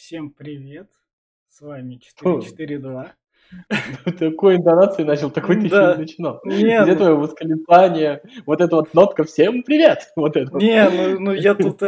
Всем привет, с вами Фу, 442. такой интонацией начал, такой ты еще не Да, начинал. не, Где твое восклицание? Вот эта вот нотка «Всем привет!» Вот это вот. ну я тут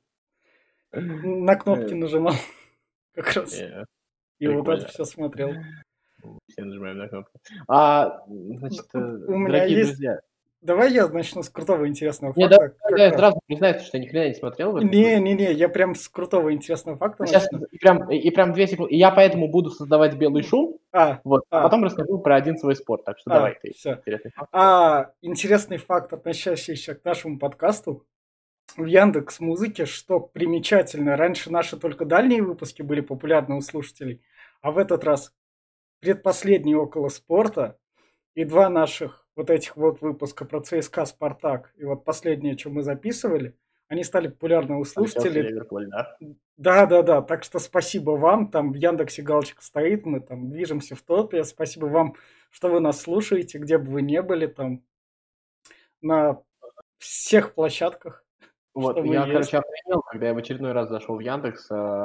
на кнопки Э, нажимал как раз, э, и вот это Прикольно. все смотрел. Все нажимаем на кнопку. Значит, У меня дорогие есть... друзья, Давай я начну с крутого интересного не, давай факта, тогда как я раз. сразу признаюсь, что я ни хрена не смотрел в этом году. Не, я прям с крутого интересного факта Сейчас начну. и прям 2 секунды. И я поэтому буду создавать белый шум, А, вот, а а, потом расскажу про один свой спорт. Так что давай ты. все. Интересный факт, давай. Интересный факт, относящийся к нашему подкасту. В Яндекс Музыке, что примечательно, раньше наши только дальние выпуски были популярны у слушателей, а в этот раз предпоследний около спорта и два наших вот этих вот выпуска про ЦСКА «Спартак» и вот последнее, что мы записывали, они стали популярны у Челси, слушателей. Ливерпуль, да? Да, так что спасибо вам, там в Яндексе галочка стоит, мы там движемся в топе, спасибо вам, что вы нас слушаете, где бы вы не были, там на всех площадках, что Вот, мы я, есть. короче, охренел, когда я в очередной раз зашел в Яндекс,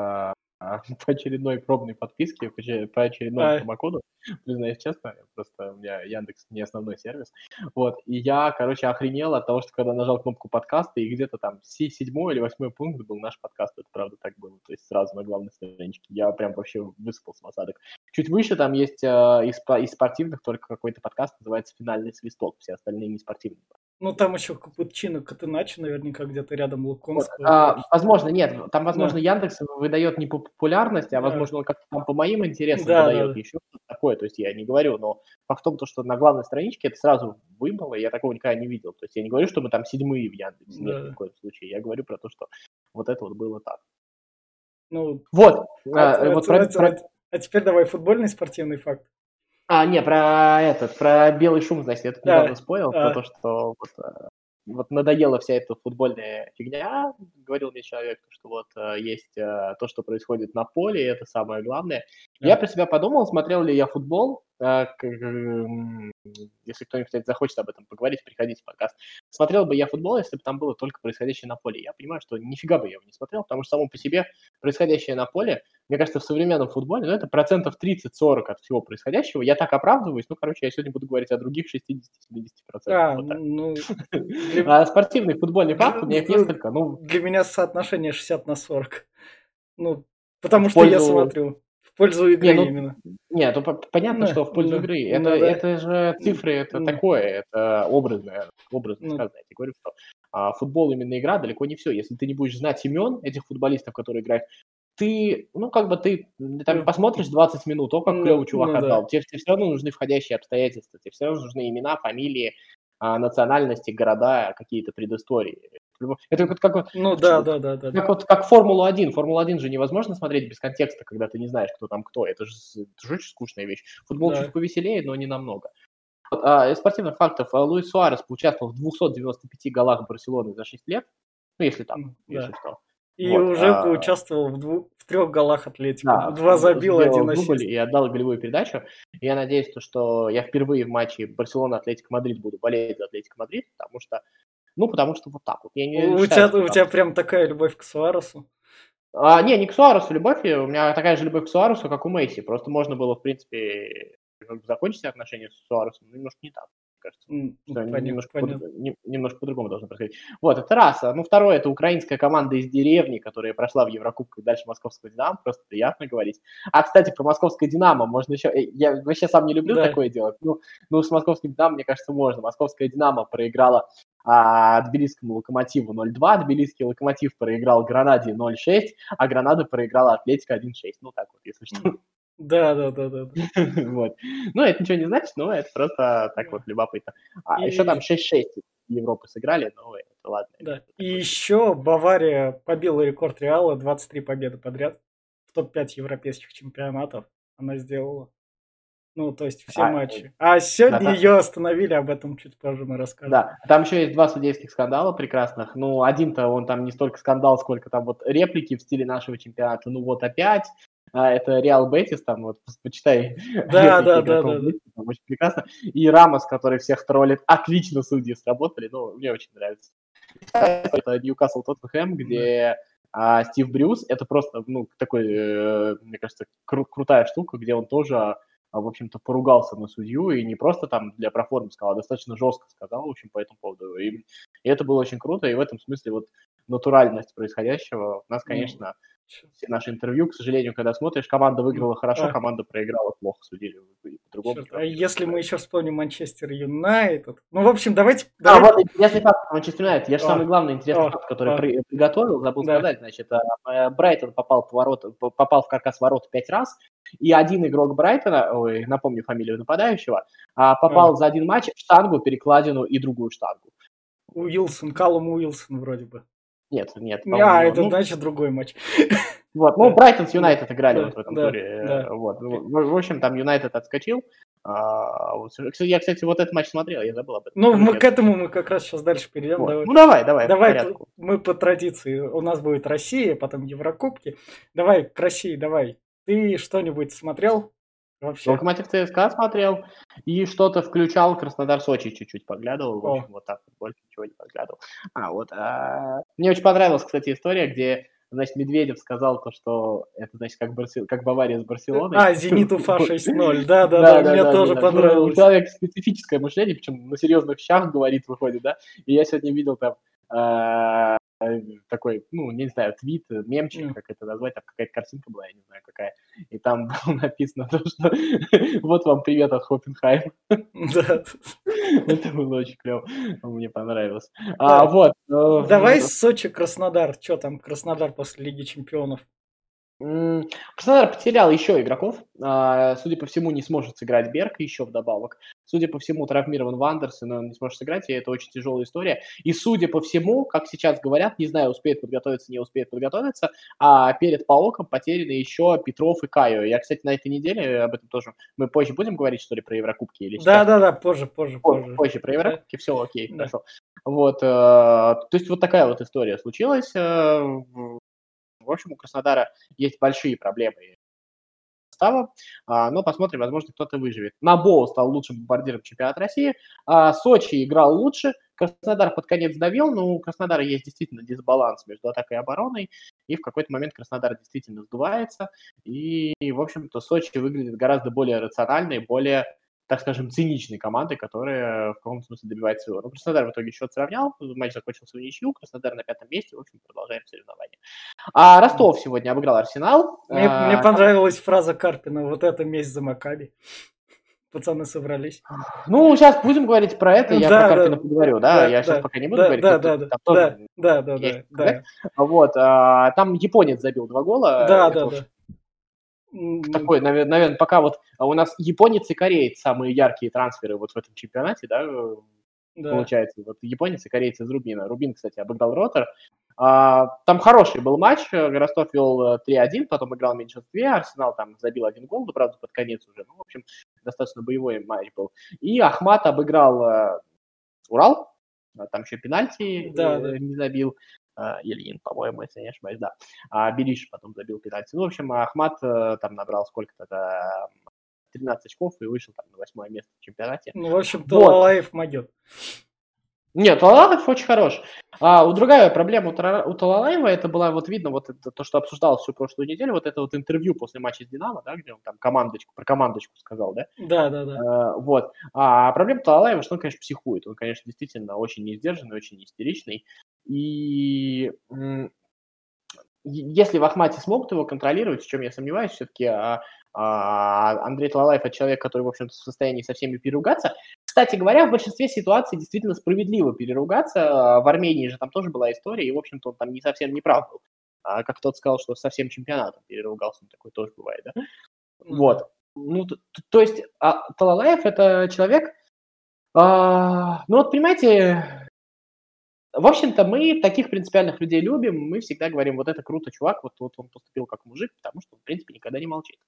по очередной пробной подписке, по очередному А, промокоду. Признаюсь честно, просто у меня Яндекс не основной сервис. Вот, и я, короче, охренел от того, что когда нажал кнопку подкаста, и где-то там седьмой или восьмой пункт был наш подкаст, это правда так было, то есть сразу на главной страничке. Я прям вообще высыпал с осадок. Чуть выше там есть из спортивных только какой-то подкаст, называется «Финальный свисток», все остальные не спортивные. Ну, там еще капучино Катеначо наверняка где-то рядом Вот, Лукомского точно. возможно, нет, там, возможно, Да, Яндекс выдает не по популярности, а, да, возможно, он как-то там по моим интересам выдает да. еще что-то такое, то есть я не говорю, но факт в том, то, что на главной страничке это сразу выбыло, я такого никогда не видел. То есть я не говорю, что мы там седьмые в Яндексе, нет, ни в Да. коем случае. Я говорю про то, что вот это вот было так. Ну, Вот, а, т- а вот т- а т- а т- а теперь давай футбольный спортивный факт. не, про белый шум, значит, я тут недавно А, спорил, про то, а, что вот надоела вся эта футбольная фигня, говорил мне человек, что вот есть то, что происходит на поле, и это самое главное. Я а. про себя подумал, смотрел ли я футбол, если кто-нибудь, кстати, захочет об этом поговорить, приходите в подкаст. Смотрел бы я футбол, если бы там было только происходящее на поле. Я понимаю, что нифига бы я его не смотрел, потому что само по себе происходящее на поле, мне кажется, в современном футболе, ну, это процентов 30-40 от всего происходящего. Я так оправдываюсь, ну, короче, я сегодня буду говорить о других 60-70%. Вот так. Ну, для, А спортивный футбольный факт, у меня их для, несколько, ну, для меня соотношение 60/40. Ну, потому в что я пользу... смотрю. В пользу Не, игры ну, именно. не, ну, понятно, что в пользу игры. Ну да. Это же цифры, это Ну, такое, это образно ну, сказано. Я тебе говорю, что футбол именно игра далеко не все. Если ты не будешь знать имен этих футболистов, которые играют, ты, ну, как бы ты там ну, посмотришь 20 минут, о, как клёво чувак ну да. отдал. Тебе все равно нужны входящие обстоятельства, тебе все равно нужны имена, фамилии, национальности, города, какие-то предыстории. Это вот Ну да. как Формулу-1. Формулу-1 же невозможно смотреть без контекста, когда ты не знаешь, кто там кто. Это же очень скучная вещь. Футбол чуть Да. повеселее, но не намного. Вот, из спортивных фактов, Луис Суарес поучаствовал в 295 голах Барселоны за 6 лет. Ну, если там, если Да. что. И Вот, уже поучаствовал в 3 голах Атлетико. да, 2 забил, сделал 1 дубль ассист. и отдал голевую передачу. Я надеюсь, что я впервые в матче Барселона-Атлетико Мадрид буду болеть за Атлетико Мадрид, потому что вот так вот. Я не У считаю, тебя, что у там... тебя прям такая любовь к Суаресу. Не к Суаресу любовь, у меня такая же любовь к Суаресу, как у Месси. Просто можно было, в принципе, как бы закончить отношения с Суаресом, но немножко не так, мне кажется. Что Понятно. немножко по-другому должно происходить. Вот, это раз. Ну, второе, это украинская команда из деревни, которая прошла в Еврокубках дальше московского «Динамо», просто приятно говорить. Кстати, про московское «Динамо» можно еще... Я вообще сам не люблю Да. такое делать, ну, с московским «Динамо», мне кажется, можно. Московское «Динамо» проиграло Тбилисскому «Локомотиву» 0-2, Тбилисский «Локомотив» проиграл Гранаде 0-6, а Гранада проиграла Атлетико 1-6. Ну, так вот, если что. Да. Вот. Ну, это ничего не значит, но это просто так вот любопытно. Еще там И 6-6 Европы сыграли, но это ладно, да. это И такое. еще Бавария побила рекорд Реала, 23 победы подряд в топ-5 европейских чемпионатов она сделала. Ну, то есть все А, матчи. А да, сегодня ее остановили, об этом чуть позже мы расскажем. да, там еще есть два судейских скандала прекрасных. Ну, один-то он там не столько скандал, сколько там вот реплики в стиле нашего чемпионата. Ну вот опять, это Реал Бетис, там вот почитай реплики игроков Да. Бетиса, там очень прекрасно. И Рамос, который всех троллит, отлично судьи сработали, ну, мне очень нравится. Это Ньюкасл Тоттенхэм, Да. где А Стив Брюс — это просто, ну, такой, мне кажется, крутая штука, где он тоже, в общем-то, поругался на судью, и не просто там для проформы сказал, а достаточно жестко сказал, в общем, по этому поводу. И это было очень круто, и в этом смысле вот натуральность происходящего. У нас, Ну, конечно, чё- все наши интервью, к сожалению, когда смотришь, команда м, выиграла хорошо, а, команда проиграла плохо, судили, и по-другому черт. А никак не если мы рассуждать. еще вспомним Манчестер Юнайтед. Ну, в общем, давайте, Вот давайте. интересный факт про Манчестер Юнайтед. Я же А, самый главный интересный а, факт, который а, приготовил, забыл да. сказать. Значит, Брайтон попал в каркас ворот 5 раз, и один игрок Брайтона, ой, напомню фамилию нападающего, А, попал за один матч в штангу, перекладину и другую штангу. Уилсон, Калум Уилсон вроде бы. Нет, нет, А, по-моему, не он. это Ну, значит другой матч. вот, ну, Да, Брайтон с да, Юнайтед играли вот да, в этом да, туре. да. Вот. В общем, там Юнайтед отскочил. Я, кстати, вот этот матч смотрел, я забыл об этом. Ну, Скажу мы тебе. к этому мы как раз сейчас дальше перейдем. Вот. Давай, Ну, давай, по давай порядку. мы по традиции. У нас будет Россия, потом Еврокубки. Давай к России, давай. Ты что-нибудь смотрел вообще? Локомотив ЦСКА смотрел и что-то включал, Краснодар-Сочи чуть-чуть поглядывал, в общем, О, вот так вот, больше ничего не поглядывал. Мне очень понравилась, кстати, история, где, значит, Медведев сказал то, что это, значит, как Бавария с Барселоной. Зенит Уфа 6:0. Да-да-да, мне тоже Да-да-да-да-да, что у понравилось. человека специфическое мышление, причем на серьезных щах говорит, выходит, да, и я сегодня видел там а, такой, ну, не знаю, твит, мемчик, Ну, как это назвать, там какая-то картинка была, я не знаю какая, и там было написано то, что вот вам привет от Хоппенхайма. да. Это было очень клево, мне понравилось. Так, Вот, давай Сочи-Краснодар. Что там Краснодар после Лиги Чемпионов? Краснодар потерял еще игроков. Судя по всему, не сможет сыграть Берг еще вдобавок. Судя по всему, травмирован Вандерсон, и он не сможет сыграть, и это очень тяжелая история. И судя по всему, как сейчас говорят, не знаю, успеет подготовиться, не успеет подготовиться, перед Паоком потеряны еще Петров и Кайо. Я, кстати, на этой неделе об этом тоже... Мы позже будем говорить, что ли, про Еврокубки или сейчас уже? Да-да-да, позже. Позже про Да, Еврокубки, все окей, да. хорошо. Вот, то есть вот такая вот история случилась. В общем, у Краснодара есть большие проблемы состава, но посмотрим, возможно, кто-то выживет. Набоу стал лучшим бомбардиром чемпионата России, Сочи играл лучше, Краснодар под конец давил, но у Краснодара есть действительно дисбаланс между атакой и обороной, и в какой-то момент Краснодар действительно сдувается, и, в общем-то, Сочи выглядит гораздо более рациональной, более, так скажем, циничной командой, которая в каком-то смысле добивает своего. Но Краснодар в итоге счет сравнял, матч закончился в ничью, Краснодар на 5-м месте, в общем, продолжаем соревнования. Ростов сегодня обыграл Арсенал. Мне понравилась фраза Карпина. Вот это месть за Макаби. Пацаны собрались. Ну, сейчас будем говорить про это, я про Да, да, Карпина поговорю, да, да, я сейчас да, пока не буду да, говорить, да, тут да, да, там да, тоже да, да, есть да, что сказать. да, Вот, там японец забил 2 гола, да, это, да, в да. общем, такой, наверное, пока вот у нас японец и кореец самые яркие трансферы вот в этом чемпионате, да, Да. получается. Вот японец и кореец из Рубина. Рубин, кстати, обыграл Ротор. Там хороший был матч. Ростов вел 3-1, потом играл в меньшинстве. Арсенал там забил 1 гол, да, правда, под конец уже. Ну, в общем, достаточно боевой матч был. И Ахмат обыграл Урал. Там еще пенальти Да, да. не забил. Ильин, по-моему, если не ошибаюсь, да. Бериш потом забил пенальти. Ну, в общем, Ахмат там набрал сколько-то, 13 очков и вышел там на 8 место в чемпионате. Ну, в общем, Вот. Талалаев могет. Нет, Талалаев очень хорош. Другая проблема у Талалаева, это была, вот видно, вот это, то, что обсуждалось всю прошлую неделю, вот это вот интервью после матча с «Динамо», да, где он там про командочку сказал, да, Да, да, да. вот. Проблема Талалаева, что он, конечно, психует, он, конечно, действительно очень несдержанный, очень истеричный, и если в Ахмате смогут его контролировать, в чем я сомневаюсь, все-таки Андрей Талалаев – это человек, который, в общем-то, в состоянии со всеми переругаться. Кстати говоря, в большинстве ситуаций действительно справедливо переругаться. В Армении же там тоже была история, и, в общем-то, он там не совсем не прав был. Как тот сказал, что со всем чемпионатом переругался, ну, такое тоже бывает, да? Ну, да. Вот. Ну, то есть Талалаев – это человек, ну, вот, понимаете, в общем-то, мы таких принципиальных людей любим, мы всегда говорим, вот это круто, чувак, вот он поступил как мужик, потому что он, в принципе, никогда не молчит.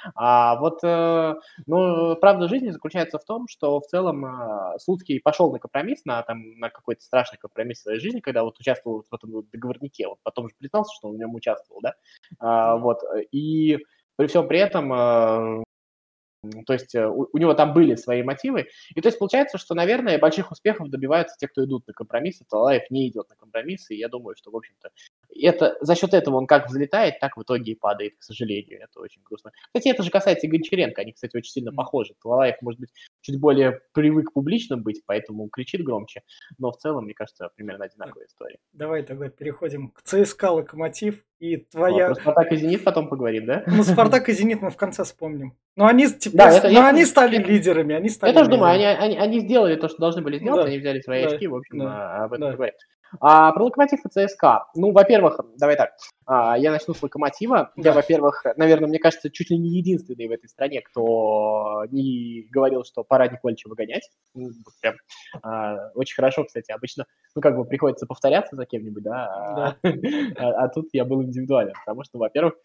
Но правда жизни заключается в том, что в целом Слуцкий пошел на компромисс, на какой-то страшный компромисс в своей жизни, когда вот участвовал в этом вот договорнике, он потом же признался, что он в нем участвовал, да, Ну, и при всем при этом То есть у него там были свои мотивы. И то есть получается, что, наверное, больших успехов добиваются те, кто идут на компромиссы. Талаев не идет на компромиссы, и я думаю, что, в общем-то, за счет этого он как взлетает, так в итоге и падает, к сожалению. Это очень грустно. Кстати, это же касается и Гончаренко. Они, кстати, очень сильно похожи. Талаев, может быть, чуть более привык публичным быть, поэтому кричит громче. Но в целом, мне кажется, примерно одинаковая история. Давай тогда переходим к ЦСКА «Локомотив». И Про твоя... «Спартак» и «Зенит» потом поговорим, да? Ну, «Спартак» и «Зенит» мы в конце вспомним. Но они теперь... Да, они стали лидерами. Я тоже думаю, они сделали то, что должны были сделать, Да, они взяли свои да, очки, в общем, да, об этом да. поговорим. Про «Локомотив» и ЦСКА. Ну, во-первых, давай так, я начну с «Локомотива». Да. Я, во-первых, наверное, мне кажется, чуть ли не единственный в этой стране, кто не говорил, что пора Никольича выгонять. Прям очень хорошо, кстати, обычно, приходится повторяться за кем-нибудь, да, а тут я был индивидуален, потому что, во-первых,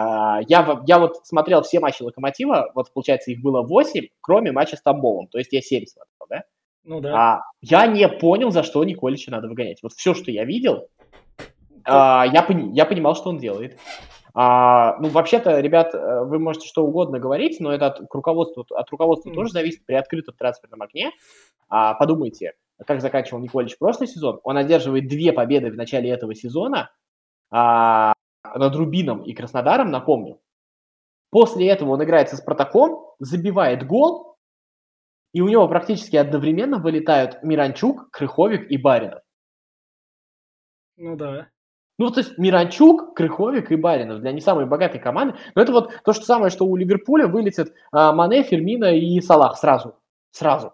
я вот смотрел все матчи «Локомотива», вот, получается, их было 8, кроме матча с Тамбовом, то есть я 7 смотрел, да? Ну да. Я не понял, за что Николича надо выгонять. Вот все, что я видел, я понимал, что он делает. Ну, вообще-то, ребят, вы можете что угодно говорить, но это от руководства тоже зависит при открытом трансферном окне. Подумайте, как заканчивал Николич прошлый сезон. Он одерживает 2 победы в начале этого сезона над Рубином и Краснодаром, напомню. После этого он играет со «Спартаком», забивает гол, и у него практически одновременно вылетают Миранчук, Крыховик и Баринов. Ну да. Ну, то есть Миранчук, Крыховик и Баринов для не самой богатой команды. Но это вот то же самое, что у Ливерпуля вылетят Мане, Фермино и Салах сразу. Сразу.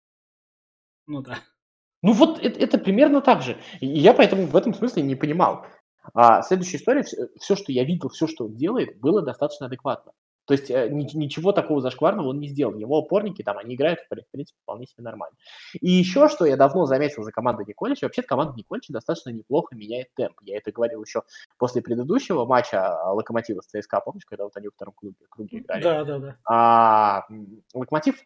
Ну да. Ну вот это примерно так же. И я поэтому в этом смысле не понимал. Следующая история, все, что я видел, все, что он делает, было достаточно адекватно. То есть ничего такого зашкварного он не сделал. Его опорники там, они играют, в принципе, вполне себе нормально. И еще, что я давно заметил за командой Николича, вообще команда Николича достаточно неплохо меняет темп. Я это говорил еще после предыдущего матча Локомотива с ЦСКА, помнишь, когда вот они во втором круге играли? Да. Локомотив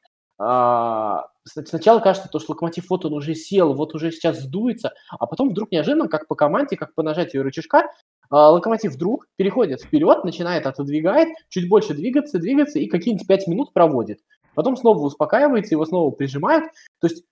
сначала кажется, что Локомотив вот он уже сел, вот уже сейчас сдуется, а потом вдруг неожиданно, как по команде, как по нажатию рычажка, Локомотив вдруг переходит вперед, начинает отодвигает, чуть больше двигаться и какие-нибудь 5 минут проводит. Потом снова успокаивается, его снова прижимают. То есть,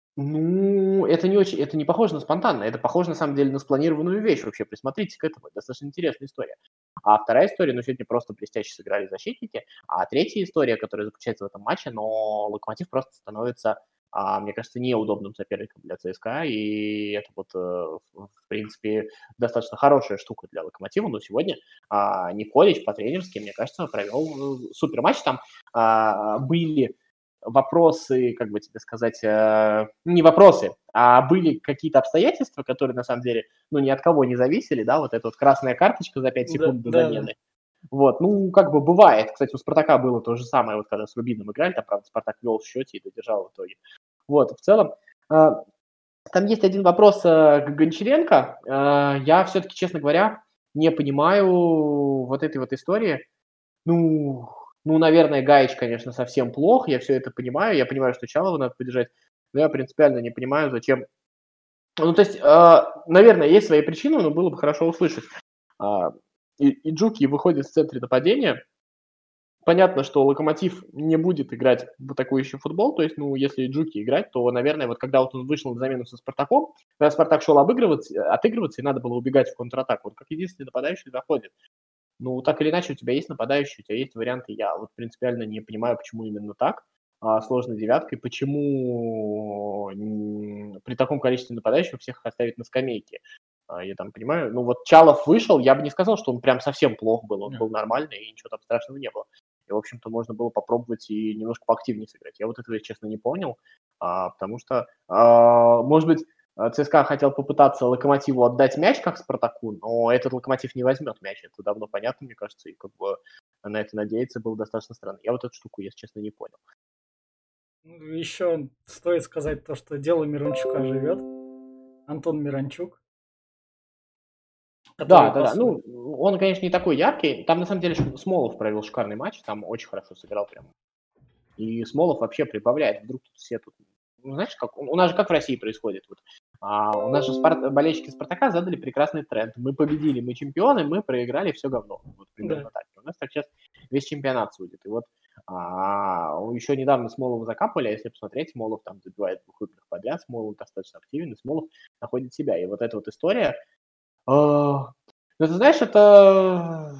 это не похоже на спонтанно, это похоже на самом деле на спланированную вещь вообще. Присмотритесь к этому, это достаточно интересная история. А вторая история, сегодня просто блестяще сыграли защитники. А третья история, которая заключается в этом матче, но Локомотив просто становится, мне кажется, неудобным соперником для ЦСКА, и это вот, в принципе, достаточно хорошая штука для Локомотива, но сегодня Николич по-тренерски, мне кажется, провел супер матч. Там были вопросы, как бы тебе сказать, не вопросы, а были какие-то обстоятельства, которые на самом деле, ни от кого не зависели, да, вот эта вот красная карточка за 5 секунд до замены. Вот, бывает. Кстати, у «Спартака» было то же самое, вот когда с Рубином играли, там, правда, «Спартак» вел в счете и додержал в итоге. Вот, в целом, там есть один вопрос к Гончаренко. Я все-таки, честно говоря, не понимаю вот этой вот истории. Наверное, Гаич, конечно, совсем плох, я все это понимаю, я понимаю, что Чалова надо поддержать, но я принципиально не понимаю, зачем. То есть, наверное, есть свои причины, но было бы хорошо услышать. И Джуки выходит в центре нападения. Понятно, что Локомотив не будет играть в атакующий футбол, то есть, если Джуки играть, то, наверное, вот когда вот он вышел на замену со Спартаком, когда Спартак шел отыгрываться, и надо было убегать в контратаку, он как единственный нападающий заходит. Так или иначе, у тебя есть нападающий, у тебя есть варианты. Я вот принципиально не понимаю, почему именно так, сложной девяткой, почему при таком количестве нападающих всех оставить на скамейке. Я там понимаю, вот Чалов вышел, я бы не сказал, что он прям совсем плох был, он был нормальный, и ничего там страшного не было. И, в общем-то, можно было попробовать и немножко поактивнее сыграть. Я вот этого, честно, не понял, потому что, может быть, ЦСКА хотел попытаться Локомотиву отдать мяч, как Спартаку, но этот Локомотив не возьмет мяч. Это давно понятно, мне кажется, и на это надеяться было достаточно странно. Я вот эту штуку, если честно, не понял. Еще стоит сказать то, что дело Миранчука живет. Антон Миранчук. Да. Он, конечно, не такой яркий. Там, на самом деле, Смолов провел шикарный матч, там очень хорошо сыграл прям. И Смолов вообще прибавляет. Вдруг тут все тут... знаешь, у нас же как в России происходит. У нас же болельщики Спартака задали прекрасный тренд. Мы победили, мы чемпионы, мы проиграли, все говно. Вот примерно так. У нас так сейчас весь чемпионат судит. И вот Еще недавно Смолова закапывали, а если посмотреть, Смолов там забивает 2 играх подряд, Смолов достаточно активен, и Смолов находит себя. И вот эта вот история, ну, ты знаешь, это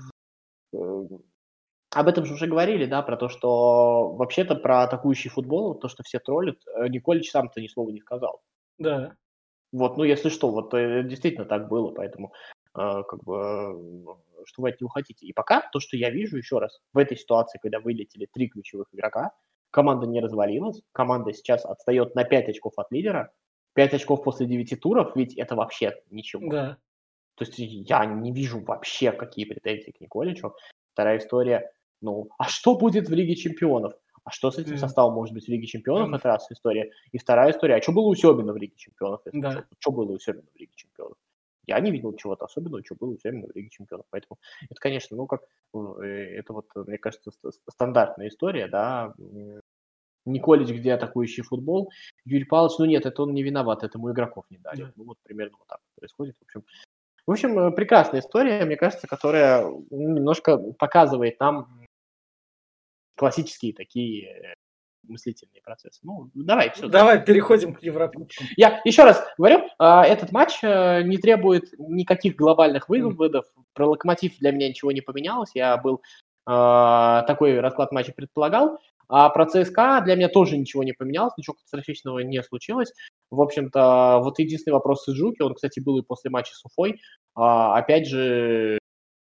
об этом же уже говорили, да, про то, что вообще-то про атакующий футбол, то, что все троллят, Николич сам-то ни слова не сказал. Да, Вот, ну, если что, вот действительно так было, поэтому как бы что вы от него хотите. И пока то, что я вижу, еще раз, в этой ситуации, когда вылетели 3 ключевых игрока, команда не развалилась, команда сейчас отстает на 5 очков от лидера, 5 очков после 9 туров, ведь это вообще ничего. да. То есть я не вижу вообще, какие претензии к Николичу. Вторая история, ну, а что будет в Лиге чемпионов? А что с этим М, составом может быть в Лиге чемпионов? м, Это раз история. И вторая история, а что было у Себина в Лиге чемпионов, если что? Да. Что было у Себина в Лиге чемпионов? Я не видел чего-то особенного, что было у Себина в Лиге чемпионов. Поэтому это, конечно, ну, как, это вот, мне кажется, стандартная история, да. Николич, где атакующий футбол. Юрий Павлович, ну нет, это он не виноват, этому игроков не дали. Да. Ну вот примерно вот так происходит. В общем, прекрасная история, мне кажется, которая немножко показывает нам классические такие мыслительные процессы. Ну, давай, все, дальше. Давай переходим к Еврокубкам. Я еще раз говорю, этот матч не требует никаких глобальных М, выводов. Про Локомотив для меня ничего не поменялось. Я был такой расклад матча предполагал. А про ЦСКА для меня тоже ничего не поменялось, ничего катастрофичного не случилось. В общем-то, вот единственный вопрос с Иджуки, он, кстати, был и после матча с Уфой. Опять же,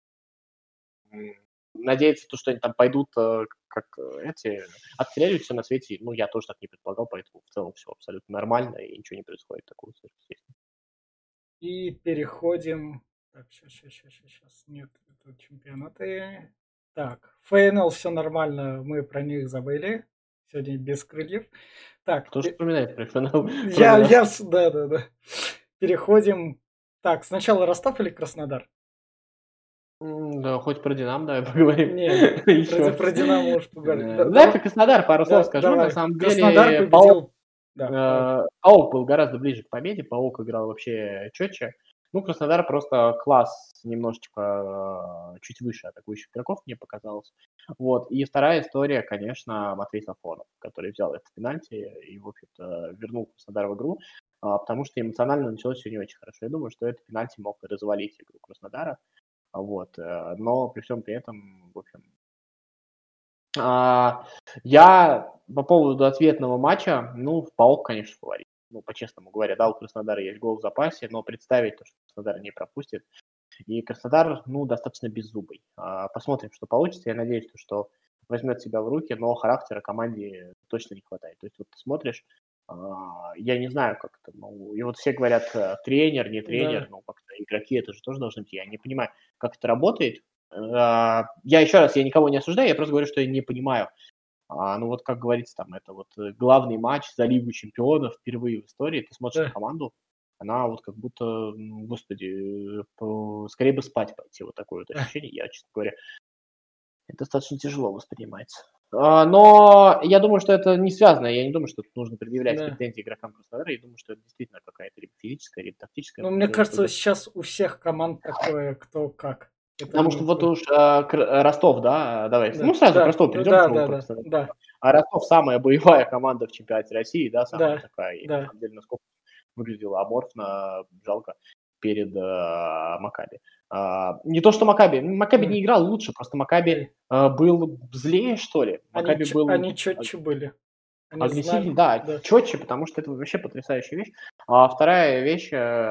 надеяться, то, что они там пойдут, как эти, отстреливать все на свете, ну, я тоже так не предполагал, поэтому в целом все абсолютно нормально и ничего не происходит такого сверхъестественного. И переходим. Так, сейчас. Нет, это чемпионаты. Так, ФНЛ все нормально, мы про них забыли. Сегодня без крыльев. Так, Кто же вспоминает про ФНЛ, я, кроме нас? я, да. Переходим. Так, сначала Ростов или Краснодар? Да, хоть про Динамо давай поговорим Не, еще про раз. Динамо можешь поговорить. Давай про Краснодар пару слов Да, скажу. На давай. самом Краснодар деле, Паук победил. Да, давай. Паук был гораздо ближе к победе, Паук играл вообще четче. Ну, Краснодар просто класс немножечко чуть выше атакующих игроков, мне показалось. Вот. И вторая история, конечно, Матвей Сафонов, который взял этот пенальти и, в общем-то, вернул Краснодар в игру, потому что эмоционально началось все не очень хорошо. Я думаю, что этот пенальти мог развалить игру Краснодара. Вот. Но при всем при этом, в общем, а, я по поводу ответного матча, ну, Паук, конечно, фаворит. Ну, по-честному говоря, да, у Краснодара есть гол в запасе, но представить то, что Краснодар не пропустит. И Краснодар, ну, достаточно беззубый. Посмотрим, что получится. Я надеюсь, что возьмет себя в руки, но характера команде точно не хватает. То есть вот ты смотришь, я не знаю, как это, ну, и вот все говорят, тренер, не тренер, Да. ну, как-то игроки это же тоже должны быть. Я не понимаю, как это работает. Я еще раз, я никого не осуждаю, я просто говорю, что я не понимаю. Ну вот, как говорится, там, это вот главный матч за Лигу чемпионов впервые в истории. Ты смотришь на Да. команду, она вот как будто, ну, господи, скорее бы спать пойти. Вот такое вот ощущение, я, честно говоря, это достаточно тяжело воспринимается. Но я думаю, что это не связано. Я не думаю, что тут нужно предъявлять Да. претензии игрокам Краснодара. Я думаю, что это действительно какая-то либо физическая, либо тактическая Ну, мне кажется, подготовка. сейчас у всех команд такое, кто как. Это Потому что не... вот уж Ростов, да, давай, Да, ну сразу к да, Ростову да, перейдем, да, почему мы да, про да, Краснодар. да, А Ростов самая боевая команда в чемпионате России, да, самая да, такая, и на да. самом деле, насколько выглядела аморфно, жалко перед Макаби. Не то, что Макаби М, не играл лучше, просто э, Макаби был злее, что ли. Макаби был Они четче были. Они агрессивнее, знали, да, да. четче, потому что это вообще потрясающая вещь. А вторая вещь,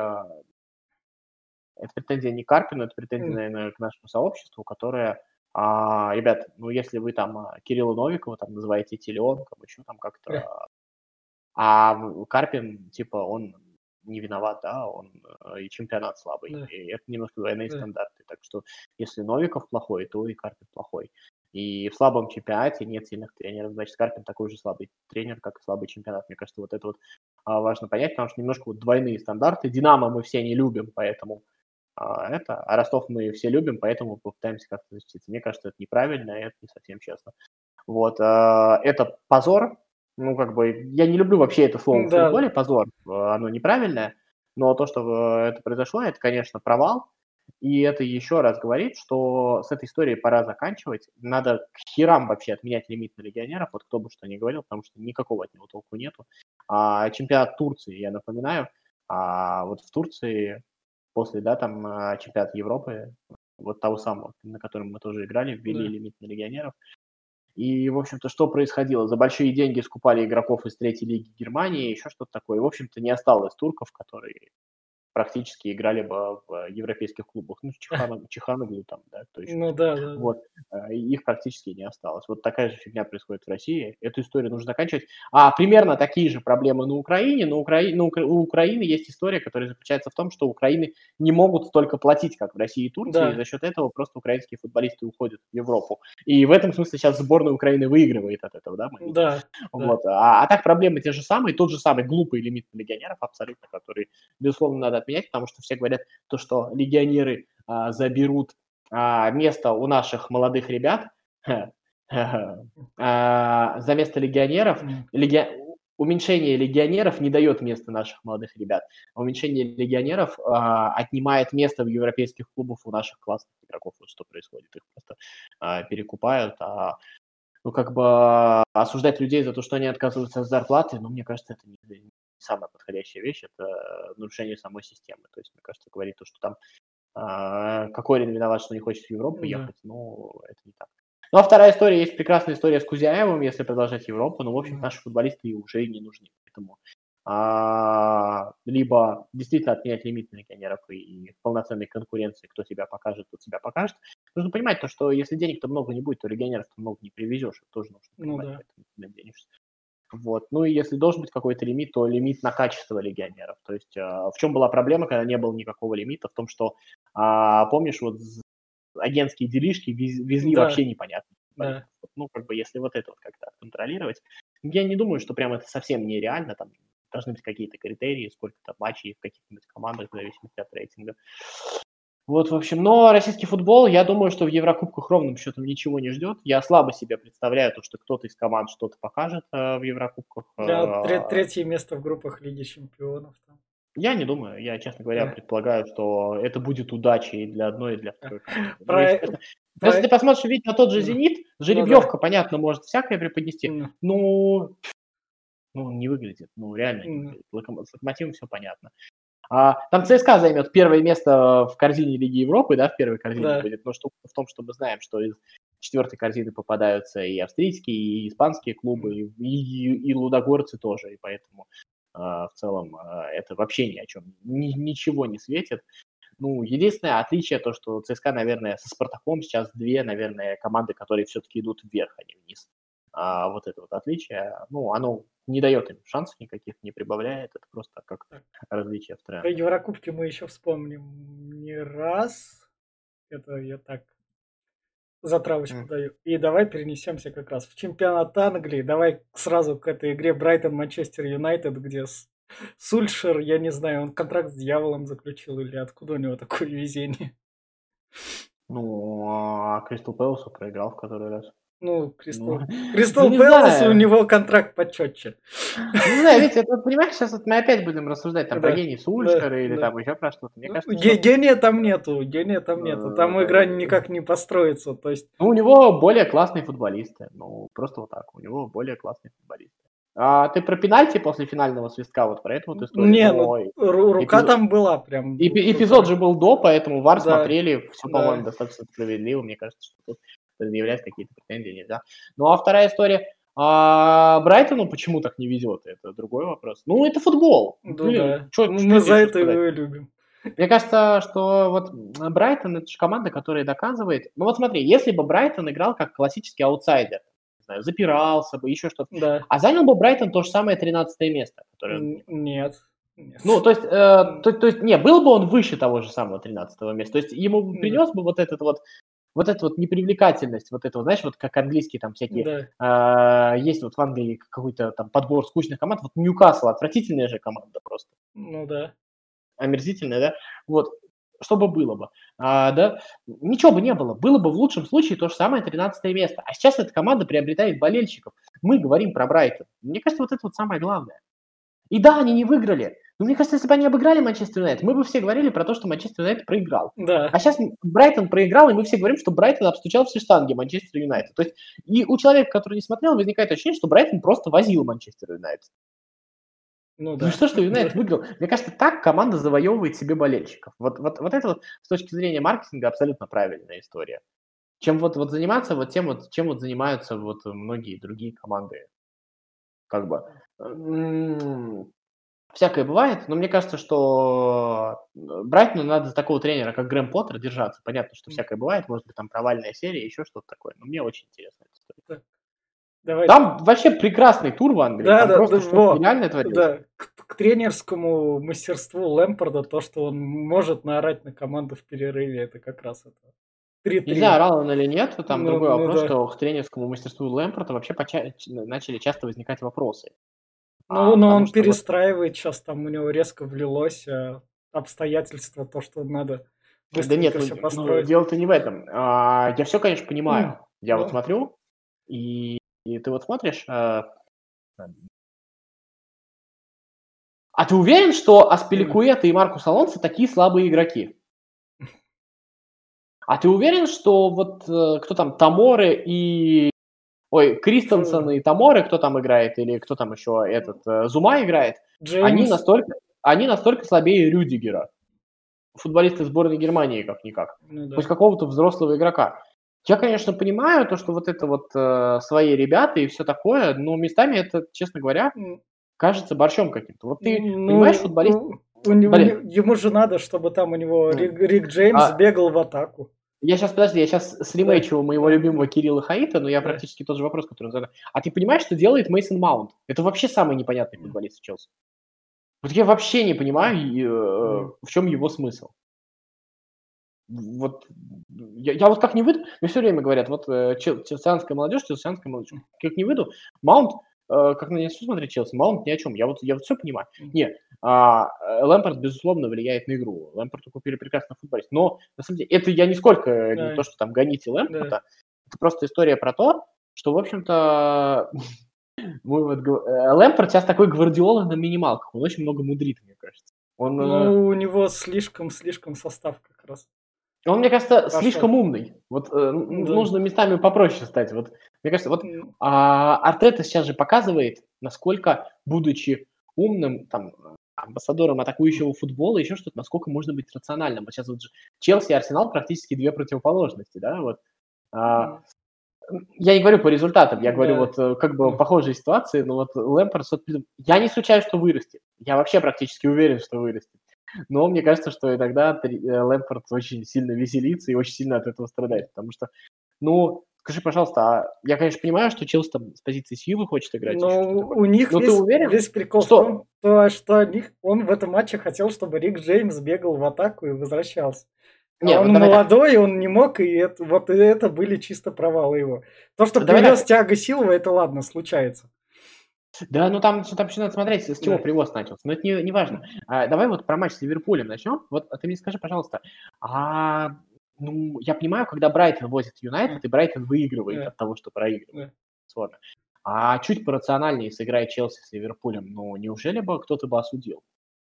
это претензия не к Карпину, это претензия, М, наверное, к нашему сообществу, которое, ребят, ну, если вы там Кирилла Новикова там называете теленком, еще там э, как-то, Карпин, типа, он не виноват, да, он и чемпионат слабый, да, и это немножко двойные да. стандарты. Так что если Новиков плохой, то и Карпин плохой. И в слабом чемпионате нет сильных тренеров, значит, Карпин такой же слабый тренер, как и слабый чемпионат. Мне кажется, вот это вот важно понять, потому что немножко вот двойные стандарты. Динамо мы все не любим, поэтому а Ростов мы все любим, поэтому попытаемся как-то защититься. Мне кажется, это неправильно, и это не совсем честно. Вот, это позор. Ну, как бы, я не люблю вообще это слово в Да, футболе, позор, оно неправильное, но то, что это произошло, это, конечно, провал. И это еще раз говорит, что с этой историей пора заканчивать. Надо к херам вообще отменять лимит на легионеров, вот кто бы что ни говорил, потому что никакого от него толку нету. Чемпионат Турции, я напоминаю, вот в Турции после, да, там чемпионата Европы, вот того самого, на котором мы тоже играли, ввели Да. лимит на легионеров. И, в общем-то, что происходило? За большие деньги скупали игроков из третьей лиги Германии, еще что-то такое. И, в общем-то, не осталось турков, которые практически играли бы в европейских клубах. Ну, Чеханоглу там, да, кто еще. Ну да, да, да. Вот. Их практически не осталось. Вот такая же фигня происходит в России. Эту историю нужно заканчивать. Примерно такие же проблемы на Украине. У Украины есть история, которая заключается в том, что Украины не могут столько платить, как в России и Турции, и Да, за счет этого просто украинские футболисты уходят в Европу. И в этом смысле сейчас сборная Украины выигрывает от этого, да, мы видим. да, да. Вот. А так проблемы те же самые, тот же самый глупый лимит на легионеров абсолютно, который, безусловно, надо отменять, потому что все говорят, то, что легионеры заберут место у наших молодых ребят. За место легионеров, М. уменьшение легионеров не дает места наших молодых ребят. Уменьшение легионеров отнимает место в европейских клубах у наших классных игроков. Вот что происходит. Их просто перекупают. Осуждать людей за то, что они отказываются от зарплаты, мне кажется, это не самая подходящая вещь, это нарушение самой системы. То есть, мне кажется, говорить то, что там Кокорин виноват, что не хочет в Европу Да. ехать, это не так. Ну, а вторая история, есть прекрасная история с Кузяевым, если продолжать Европу, в общем, Да. наши футболисты уже не нужны. Поэтому либо действительно отменять лимит на легионеров и в полноценной конкуренции, кто себя покажет, тот себя покажет. Нужно понимать то, что если денег-то много не будет, то легионеров-то много не привезешь, это тоже нужно Ну понимать, да. поэтому куда денешься. Вот. Ну и если должен быть какой-то лимит, то лимит на качество легионеров. То есть в чем была проблема, когда не было никакого лимита? В том, что, помнишь, вот агентские делишки везли Да, вообще непонятно. да. Если вот это вот как-то контролировать, я не думаю, что прям это совсем нереально, там должны быть какие-то критерии, сколько там матчей в каких-нибудь командах, в зависимости от рейтинга. Вот, в общем, но российский футбол, я думаю, что в Еврокубках ровным счетом ничего не ждет. Я слабо себе представляю то, что кто-то из команд что-то покажет в Еврокубках. Третье место в группах Лиги Чемпионов. Там. Я не думаю. Я, честно говоря, Да. предполагаю, что это будет удачей и для одной, и для Да. второй команды. Но, если Про, честно, но если про... ты посмотришь ведь на тот же Ну, «Зенит», ну да. жеребьевка, понятно, может всякое преподнести. Ну, Не выглядит. Реально не ну, выглядит. С «Локомотивом» все понятно. Там ЦСКА займет первое место в корзине Лиги Европы, да, в первой корзине да. будет, но штука в том, что мы знаем, что из четвертой корзины попадаются и австрийские, и испанские клубы, и лудогорцы тоже, и поэтому в целом это вообще ни о чем, ничего не светит. Единственное отличие то, что ЦСКА, наверное, со Спартаком сейчас две, наверное, команды, которые все-таки идут вверх, а не вниз. Вот это вот отличие, оно не дает им шансов никаких, не прибавляет, это просто как различие в Про трендах. Еврокубки мы еще вспомним не раз. Это я так затравочку даю. И давай перенесемся как раз в чемпионат Англии. Давай сразу к этой игре Брайтон-Манчестер Юнайтед, где Сульшер, я не знаю, он контракт с дьяволом заключил или откуда у него такое везение. Кристал Пэласу проиграл в который раз. Ну, Кристал не Пэлас, у знаю. него контракт почетче. Не знаю, ведь это, понимаешь, сейчас мы опять будем рассуждать там про Да, гений да, Сульшера или да. там еще про что-то. Мне кажется, что Гения там нету, гения там нету. Там игра э, никак не построится. То есть, у него более классные футболисты. Просто вот так. У него более классные футболисты. Ты про пенальти после финального свистка, вот про эту вот историю? не, рука там была прям. Эпизод же был до, поэтому ВАР Да, смотрели, все, по-моему, да. достаточно справедливо. Мне кажется, что тут предъявлять какие-то претензии нельзя. А вторая история. Брайтону почему так не везет? Это другой вопрос. Это футбол. Ну Блин, да. что Мы за здесь это сказать? его и любим. Мне кажется, что вот Брайтон – это же команда, которая доказывает. Вот смотри, если бы Брайтон играл как классический аутсайдер, не знаю, запирался бы, еще что-то, Да. а занял бы Брайтон то же самое 13 место, которое он занимает. Нет. Нет. То есть, не, был бы он выше того же самого 13 места, то есть ему принес бы вот этот вот непривлекательность, вот это вот, знаешь, вот как английские там всякие, Да. есть вот в Англии какой-то там подбор скучных команд, вот Ньюкасл, отвратительная же команда просто, Ну да. омерзительная, да, вот, что бы было бы, да, ничего бы не было бы в лучшем случае то же самое 13 место, а сейчас эта команда приобретает болельщиков, мы говорим про Брайтон, мне кажется, вот это вот самое главное. И да, они не выиграли, Ну, мне кажется, если бы они обыграли Манчестер Юнайтед, мы бы все говорили про то, что Манчестер Юнайтед проиграл. Да. А сейчас Брайтон проиграл, и мы все говорим, что Брайтон обстучал все штанги Манчестер Юнайтед. То есть и у человека, который не смотрел, возникает ощущение, что Брайтон просто возил Манчестер Юнайтед. Ну Ну да. что Юнайтед выиграл? Мне кажется, так команда завоевывает себе болельщиков. Вот это вот с точки зрения маркетинга абсолютно правильная история. Чем вот заниматься вот тем, вот, чем вот занимаются вот многие другие команды. Как бы. Всякое бывает, но мне кажется, что Брайтону надо за такого тренера, как Грэм Поттер, держаться. Понятно, что всякое бывает, может быть, там провальная серия, еще что-то такое. Но мне очень интересно эта история. Так, давай. Там вообще прекрасный тур в Англии, Да, там да, просто да, что-то нереальное творилось. да. К тренерскому мастерству Лэмпарда, то, что он может наорать на команду в перерыве, это как раз это. 3-3. Не знаю, орал он или нет, там другой Ну вопрос, да. что к тренерскому мастерству Лэмпорта вообще начали часто возникать вопросы. Но Потому он что вот перестраивает сейчас, там у него резко влилось обстоятельства, то, что надо Да нет, быстренько все ну построить. дело-то не в этом. Я все, конечно, понимаю. Я вот Ну, смотрю, и ты вот смотришь. А ты уверен, что Аспиликуэта и Маркус Алонсо такие слабые игроки? А ты уверен, что вот кто там, Таморе и... Ой, Кристенсен и Таморе, кто там играет, или кто там еще этот, Зума играет, они Джеймс. настолько слабее Рюдигера, футболисты сборной Германии как-никак, Ну хоть да. какого-то взрослого игрока. Я, конечно, понимаю то, что вот это вот свои ребята и все такое, но местами это, честно говоря, кажется борщом каким-то. Вот ты понимаешь Ну, футболист... Блин, ему же надо, чтобы там у него м, Рик Джеймс а бегал в атаку. я сейчас Да, сремейчу моего да, любимого Кирилла Хаита, но я да. практически тот же вопрос, который он задал. А ты понимаешь, что делает Мейсон Маунт? Это вообще самый непонятный футболист в Челси. Вот я вообще не понимаю, в чем его смысл. Вот я вот как не выйду, мне все время говорят, вот челсианская молодежь, как не выйду, Маунт, как на него смотрит Челси, Маунт ни о чем. Я вот все понимаю. Не, Лэмпард, безусловно, влияет на игру. Лэмпарду купили прекрасного футболиста. Но, на самом деле, это я нисколько не Да, то, что там гоните да. Лэмпарда. Это просто история про то, что, в общем-то, Лэмпард сейчас такой Гвардиола на минималках. Он очень много мудрит, мне кажется. Ну, у него слишком состав как раз Он, мне кажется, пошел. слишком умный. Вот Да. нужно местами попроще стать. Вот, мне кажется, вот М, Артета сейчас же показывает, насколько, будучи умным, там, амбассадором атакующего футбола, еще что-то, насколько можно быть рациональным. Вот сейчас вот же Челси и Арсенал практически две противоположности, да, вот. А, м, Я не говорю по результатам, я говорю Да. вот как бы похожие ситуации, но вот Лэмпард, я не исключаю, что вырастет. Я вообще практически уверен, что вырастет. Но мне кажется, что иногда Лэмпард очень сильно веселится и очень сильно от этого страдает, потому что, ну, скажи, пожалуйста, я, конечно, понимаю, что Челси там с позиции силы хочет играть, еще что-то Ну, такое, у них но ты уверен, весь прикол в что... том, что он в этом матче хотел, чтобы Рик Джеймс бегал в атаку и возвращался. А Не, он вот давай так, молодой, он не мог, и это были чисто провалы его. То, что давай привез так, Тиаго Силва, это ладно, случается. да, ну там еще надо смотреть, с чего Да. привоз начался, но это не важно. Давай вот про матч с Ливерпулем начнем. Вот ты мне скажи, пожалуйста, ну, я понимаю, когда Брайтон возит Юнайтед, и Брайтон выигрывает Да, от того, что проигрывает. да. Сложно. А чуть порациональнее сыграет Челси с Ливерпулем, ну, неужели бы кто-то бы осудил?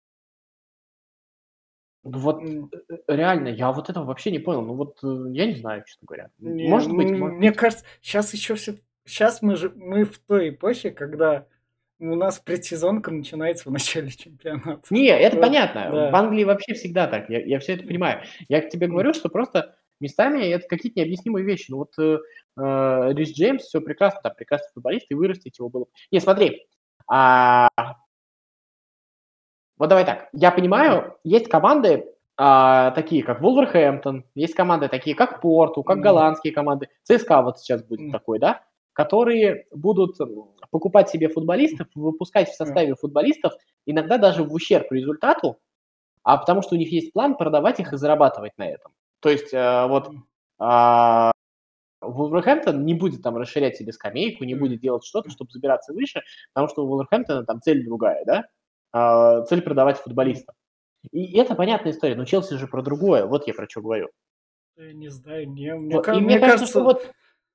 Ну вот М, реально, я вот этого вообще не понял. Ну вот я не знаю, честно говоря. Не, Может быть, может мне быть. кажется, сейчас еще все. Сейчас мы в той эпохе, когда у нас предсезонка начинается в начале чемпионата. Не, это Вот, понятно. В да. Англии вообще всегда так. Я все это понимаю. Я к тебе М, говорю, что просто местами это какие-то необъяснимые вещи. Ну вот Рис Джеймс, все прекрасно, там прекрасный футболист, и вырастить его было. Не, смотри, а, вот давай так. Я понимаю, есть команды такие, как Вулверхэмптон, есть команды такие, как Порту, как м, голландские команды. ЦСКА вот сейчас будет м, такой, да, которые будут покупать себе футболистов, выпускать в м, составе футболистов, иногда даже в ущерб результату, потому что у них есть план продавать их и зарабатывать на этом. То есть вот м, а, Вулверхэмптон не будет там расширять себе скамейку, не м, будет делать что-то, чтобы забираться выше, потому что у Вулверхэмптона там цель другая, да? Цель продавать м. футболистов. И это понятная история, но Челси же про другое, вот я про что говорю. Я не знаю, И мне мне кажется, что кажется, вот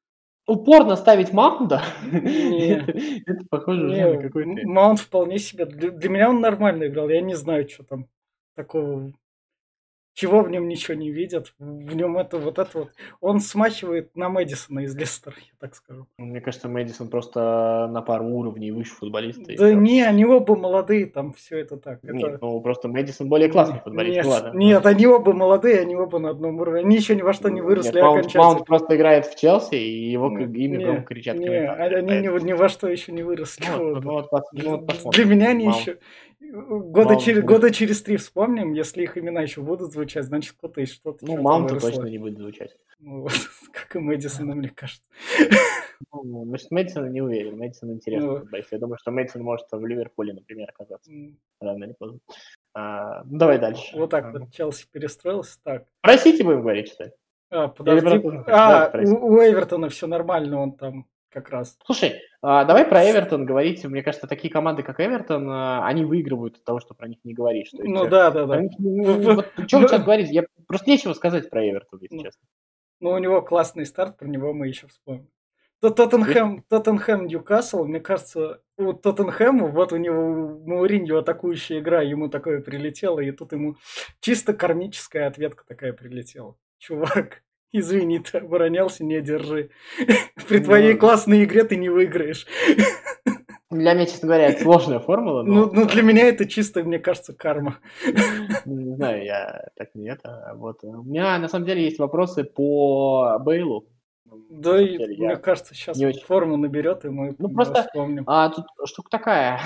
упорно ставить Маунда, Не, это похоже уже на не, какой-то... Маунт вполне себе. Для меня он нормально играл. Я не знаю, что там такого. Чего в нем ничего не видят. В нем это вот. Он смахивает на Мэдисона из Лестера, я так скажу. Мне кажется, Мэдисон просто на пару уровней выше футболиста, и Да все. не, они оба молодые, там все это так. Нет, Это ну просто Мэдисон более классный футболист, ну нет, ладно. нет, они оба молодые, они оба на одном уровне. Они еще ни во что не выросли Нет, Маунт окончательно. просто играет в Челси, и его имя Не, громко кричат не, комментаторы. они Поэтому... ни во что еще не выросли оба. Ну вот Для посмотрим. меня они Маунт, еще Маунт будет. года через 3 вспомним, если их имена еще будут звучать, значит кто-то из что-то Ну, что-то Маунта точно выросло. не будет звучать. Ну, вот, как и Мэдисона, мне кажется. Ну, насчет Мэдисона не уверен. Мэдисон интересный Ну, футболист. Я думаю, что Мэдисон может в Ливерпуле, например, оказаться. м, Рано или поздно. Ну, давай дальше. вот так вот Челси перестроился. Так, Про Сити будем говорить, что ли? Или про подожди. Тоттенхэм? Давайте про Сити. У Эвертона все нормально, он там как раз. Слушай, давай про Эвертон говорить. Мне кажется, такие команды, как Эвертон, они выигрывают от того, что про них не говоришь. То есть, Ну да. про них, вот что сейчас говорить? Я просто нечего сказать про Эвертон, если честно. Ну, у него классный старт, про него мы еще вспомним. Видишь? Тоттенхэм, Ньюкасл, мне кажется, у Тоттенхэма, вот у него у Мауриньо атакующая игра, ему такое прилетело, и тут ему чисто кармическая ответка такая прилетела. Чувак, извини, ты оборонялся, не держи. При твоей Ну, классной игре ты не выиграешь. для меня, честно говоря, это сложная формула, но Ну, для меня это чисто, мне кажется, карма. не знаю, я так не это. Вот. У меня на самом деле есть вопросы по Бейлу. На Да самом и деле, мне я кажется, сейчас не он очень... форму наберет, и мы Ну, его просто вспомним. тут штука такая.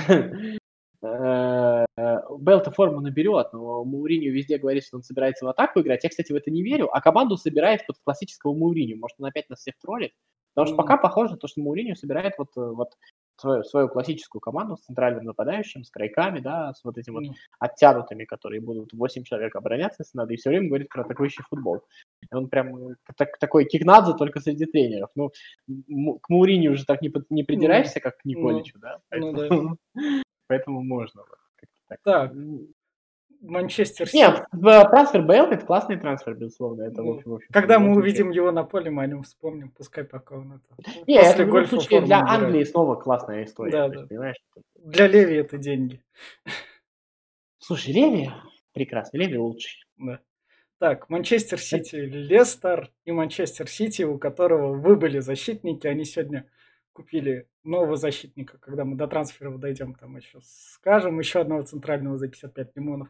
Бейл-то форму наберет, но Мауриньо везде говорит, что он собирается в атаку играть. Я, кстати, в это не верю, а команду собирает под классического Мауриньо. Может, он опять нас всех троллит? Потому что пока похоже, то, что Мауриньо собирает вот свою классическую команду с центральным нападающим, с крайками, да, с вот этими вот оттянутыми, которые будут 8 человек обороняться, если надо, и все время говорит про атакующий футбол. И он прям такой Кикнадзе только среди тренеров. Ну, к Мауриньо уже так не придираешься, как к Николичу, да? Ну да. Поэтому можно. Вот, как-то так. Так, Манчестер Сити. Нет, трансфер Бейл это классный трансфер, безусловно. Это, в общем, Когда мы очень увидим его на поле, мы о нем вспомним, пускай пока он это. Не, это После в любом гольфа случае форму для набирает. Англии снова классная история. Да, То есть, да. понимаешь? Для Леви это деньги. Слушай, Леви прекрасный, Леви лучший. Да. Так, Манчестер Сити, Лестер и Манчестер Сити, у которого выбыли защитники, они сегодня купили нового защитника, когда мы до трансферов дойдем, там еще скажем, еще одного центрального за 55 лимонов.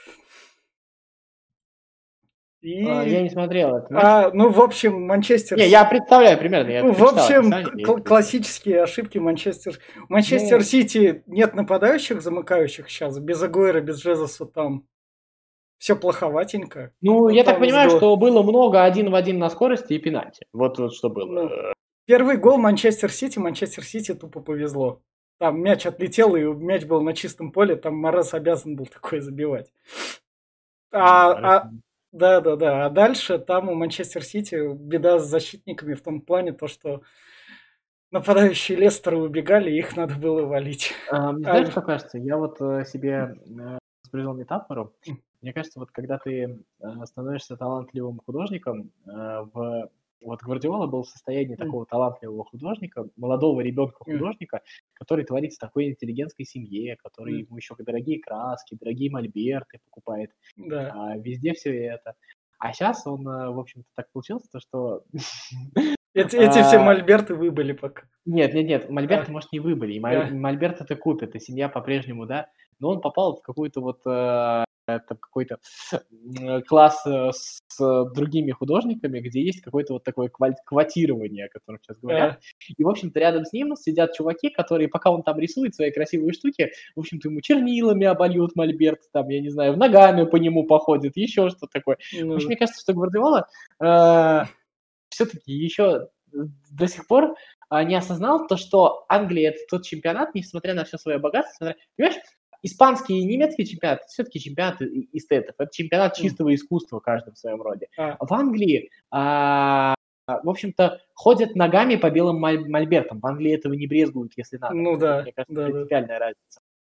Я не смотрел этот матч. Ну, в общем, Манчестер... Не, я представляю примерно. Я В общем, описание, классические ошибки Манчестер Сити нет нападающих, замыкающих сейчас. Без Агуэра, без Джезуса там все плоховатенько. Ну, Вот я так там понимаю, что было много 1-1 на скорости и пенальти. Вот что было. Первый гол Манчестер Сити тупо повезло. Там мяч отлетел, и мяч был на чистом поле, там Морес обязан был такое забивать. Да. А дальше там у Манчестер Сити беда с защитниками в том плане, то, что нападающие Лестера убегали, их надо было валить. Знаешь, что кажется? Я вот себе воспроизвел метафору. Мне кажется, вот когда ты становишься талантливым художником, вот Гвардиола был в состоянии такого талантливого художника, молодого ребенка-художника, который творит в такой интеллигентской семье, который ему еще дорогие краски, дорогие мольберты покупает, везде все это. А сейчас он, в общем-то, так получилось, что... Эти все мольберты выбыли пока. Нет, мольберты, может, не выбыли, и мольберты-то купят, и семья по-прежнему, да, но он попал в какую-то вот какой-то класс с другими художниками, где есть какое-то вот такое квотирование, о котором сейчас говорят. И, в общем-то, рядом с ним сидят чуваки, которые, пока он там рисует свои красивые штуки, в общем-то, ему чернилами обольют мольберт, там, я не знаю, ногами по нему походят, еще что-то такое. В общем, мне кажется, что Гвардиола все-таки еще до сих пор не осознал то, что Англия – это тот чемпионат, несмотря на все свое богатство. Понимаешь, испанский и немецкий чемпионат – это все-таки чемпионат эстетов. Это чемпионат чистого искусства каждый в своем роде. В Англии, в общем-то, ходят ногами по белым мольбертам. В Англии этого не брезгуют, если надо. Ну да. Мне кажется, принципиальная разница.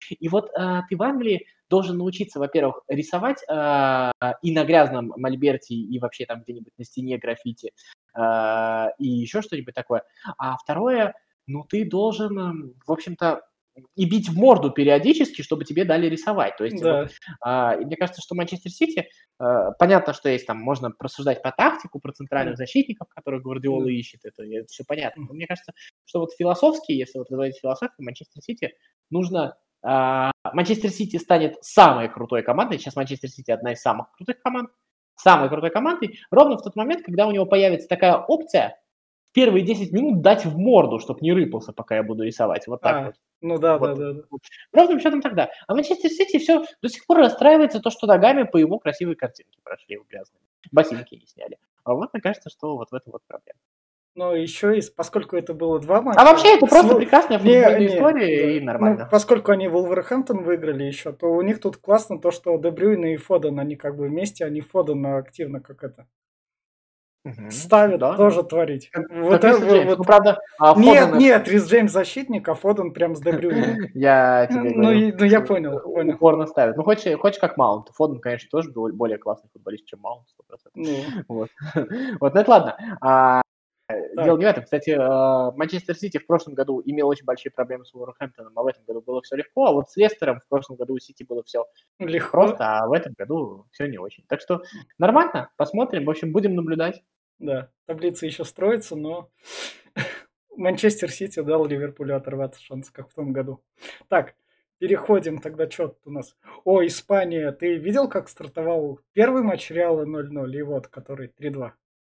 И вот ты в Англии должен научиться, во-первых, рисовать и на грязном мольберте, и вообще там где-нибудь на стене граффити, и еще что-нибудь такое. А второе, ну, ты должен, в общем-то, и бить в морду периодически, чтобы тебе дали рисовать. То есть вот, Да, и мне кажется, что Манчестер Сити, понятно, что есть там, можно просуждать по тактику, про центральных защитников, которых Гвардиола да. ищет, это все понятно. Но мне кажется, что вот философски, если вот говорить философию, Манчестер Сити нужно... Манчестер Сити станет самой крутой командой, сейчас Манчестер Сити одна из самых крутых команд, самой крутой командой, ровно в тот момент, когда у него появится такая опция, первые 10 минут дать в морду, чтобы не рыпался, пока я буду рисовать. Вот так вот. Ну да, Вот. да, да. Ровным счетом тогда. А Манчестер Сити все до сих пор расстраивается то, что ногами по его красивой картинке прошли в грязные. Ботинки не сняли. А вот мне кажется, что вот в этом вот проблема. Но еще и, поскольку это было 2 матча... А вообще это просто прекрасная футбольная история да. и нормально. Ну, поскольку они Вулверхэмптон выиграли еще, то у них тут классно то, что Де Брюйне и Фоден, они как бы вместе, они Фодена активно как это ставят Да, тоже да. творить. Как Рис Джеймс. Ну, правда, Нет, Рис Джеймс защитник, а Фоден прям с Де Брюйне. Я тебе говорю. Ну, я понял. Упорно ставят. Ну, хочешь как Маунт. Фоден, конечно, тоже более классный футболист, чем Маунт, 100%. Ну, Вот. Вот, ну это ладно. Дело так. не в этом. Кстати, Манчестер Сити в прошлом году имел очень большие проблемы с Вулверхэмптоном, а в этом году было все легко. А вот с Лестером в прошлом году у Сити было все Легко. просто, а в этом году все не очень. Так что нормально, посмотрим. В общем, будем наблюдать. Да, таблица еще строится, но Манчестер Сити дал Ливерпулю оторваться шанс, как в том году. Так, переходим тогда, что тут у нас? О, Испания. Ты видел, как стартовал первый матч Реала 0-0 и вот, который 3-2?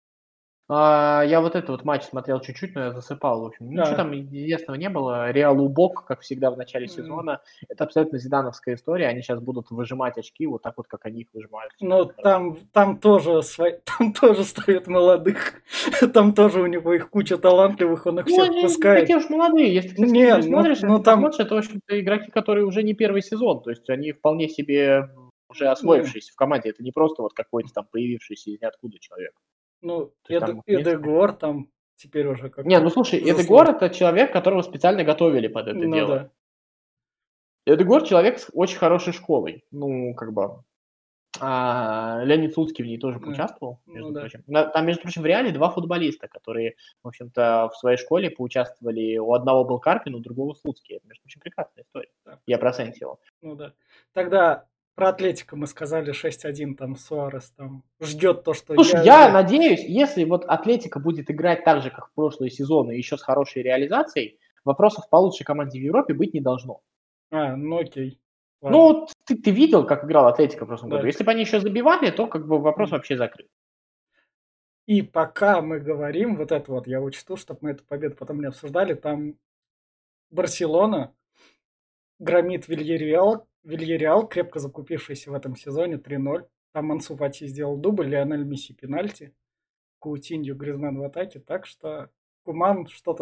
Я вот этот вот матч смотрел чуть-чуть, но я засыпал, в общем. Ничего там интересного не было. Реал убог, как всегда в начале сезона. Это абсолютно зидановская история. Они сейчас будут выжимать очки вот так вот, как они их выжимают. Ну, там тоже ставят молодых. Там тоже у него их куча талантливых, он их всех они пускает. такие уж молодые. Если, кстати, Не, смотришь, ну там... посмотришь, это, в общем-то, игроки, которые уже не первый сезон. То есть они вполне себе уже освоившиеся в команде. Это не просто вот какой-то там появившийся из ниоткуда человек. Ну, То есть там, в Эдегор там теперь уже как-то... Не, ну слушай, Эдегор это человек, которого специально готовили под это дело. Да. Эдегор человек с очень хорошей школой. Ну, как бы... Леонид Слуцкий в ней тоже поучаствовал, между прочим. Там, между прочим, в Реале 2 футболиста, которые, в общем-то, в своей школе поучаствовали. У одного был Карпин, у другого Слуцкий. Это, между прочим, прекрасная история. Так. Я про Сенсио. Ну да. Тогда про Атлетико мы сказали 6-1, там Суарес там ждет то, что... Слушай, я надеюсь, если вот Атлетико будет играть так же, как в прошлые сезоны, еще с хорошей реализацией, вопросов по лучшей команде в Европе быть не должно. Ну окей. Ладно. Ну, ты видел, как играл Атлетико в прошлом году. Если бы они еще забивали, то как бы вопрос вообще закрыт. И пока мы говорим, вот это вот я учту, чтобы мы эту победу потом не обсуждали, там Барселона громит Вильяреал, крепко закупившийся в этом сезоне 3-0. Там Мансу Фати сделал дубль, Лионель Месси пенальти, Каутиньо, Гризман в атаке, так что Куман что-то...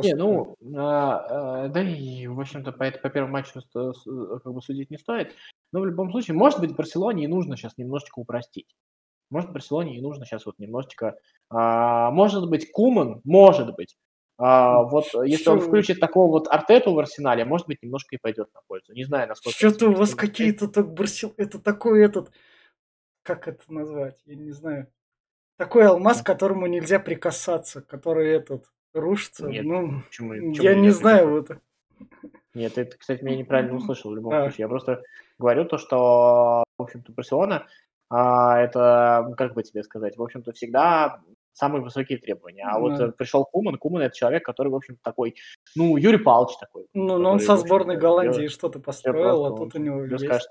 да и, в общем-то, по первому матчу как бы судить не стоит. Но в любом случае, может быть, Барселоне и нужно сейчас немножечко упростить. Может, Барселоне и нужно сейчас вот немножечко... может быть, Куман, может быть. Вот если он включит такого вот Артету в арсенале, может быть, немножко и пойдет на пользу. Не знаю, насколько... Что-то у вас какие-то так это такой этот... Как это назвать? Я не знаю. Такой алмаз, к которому нельзя прикасаться, который этот рушится. Нет, почему я не знаю это. Нет, ты, кстати, меня неправильно услышал в любом случае. Я просто говорю то, что, в общем-то, Барселона, это, как бы тебе сказать, в общем-то, всегда самые высокие требования. А вот пришел Куман это человек, который, в общем-то, такой, Юрий Павлович такой. Ну, он со сборной Голландии что-то построил, а тут у него есть. Скажет,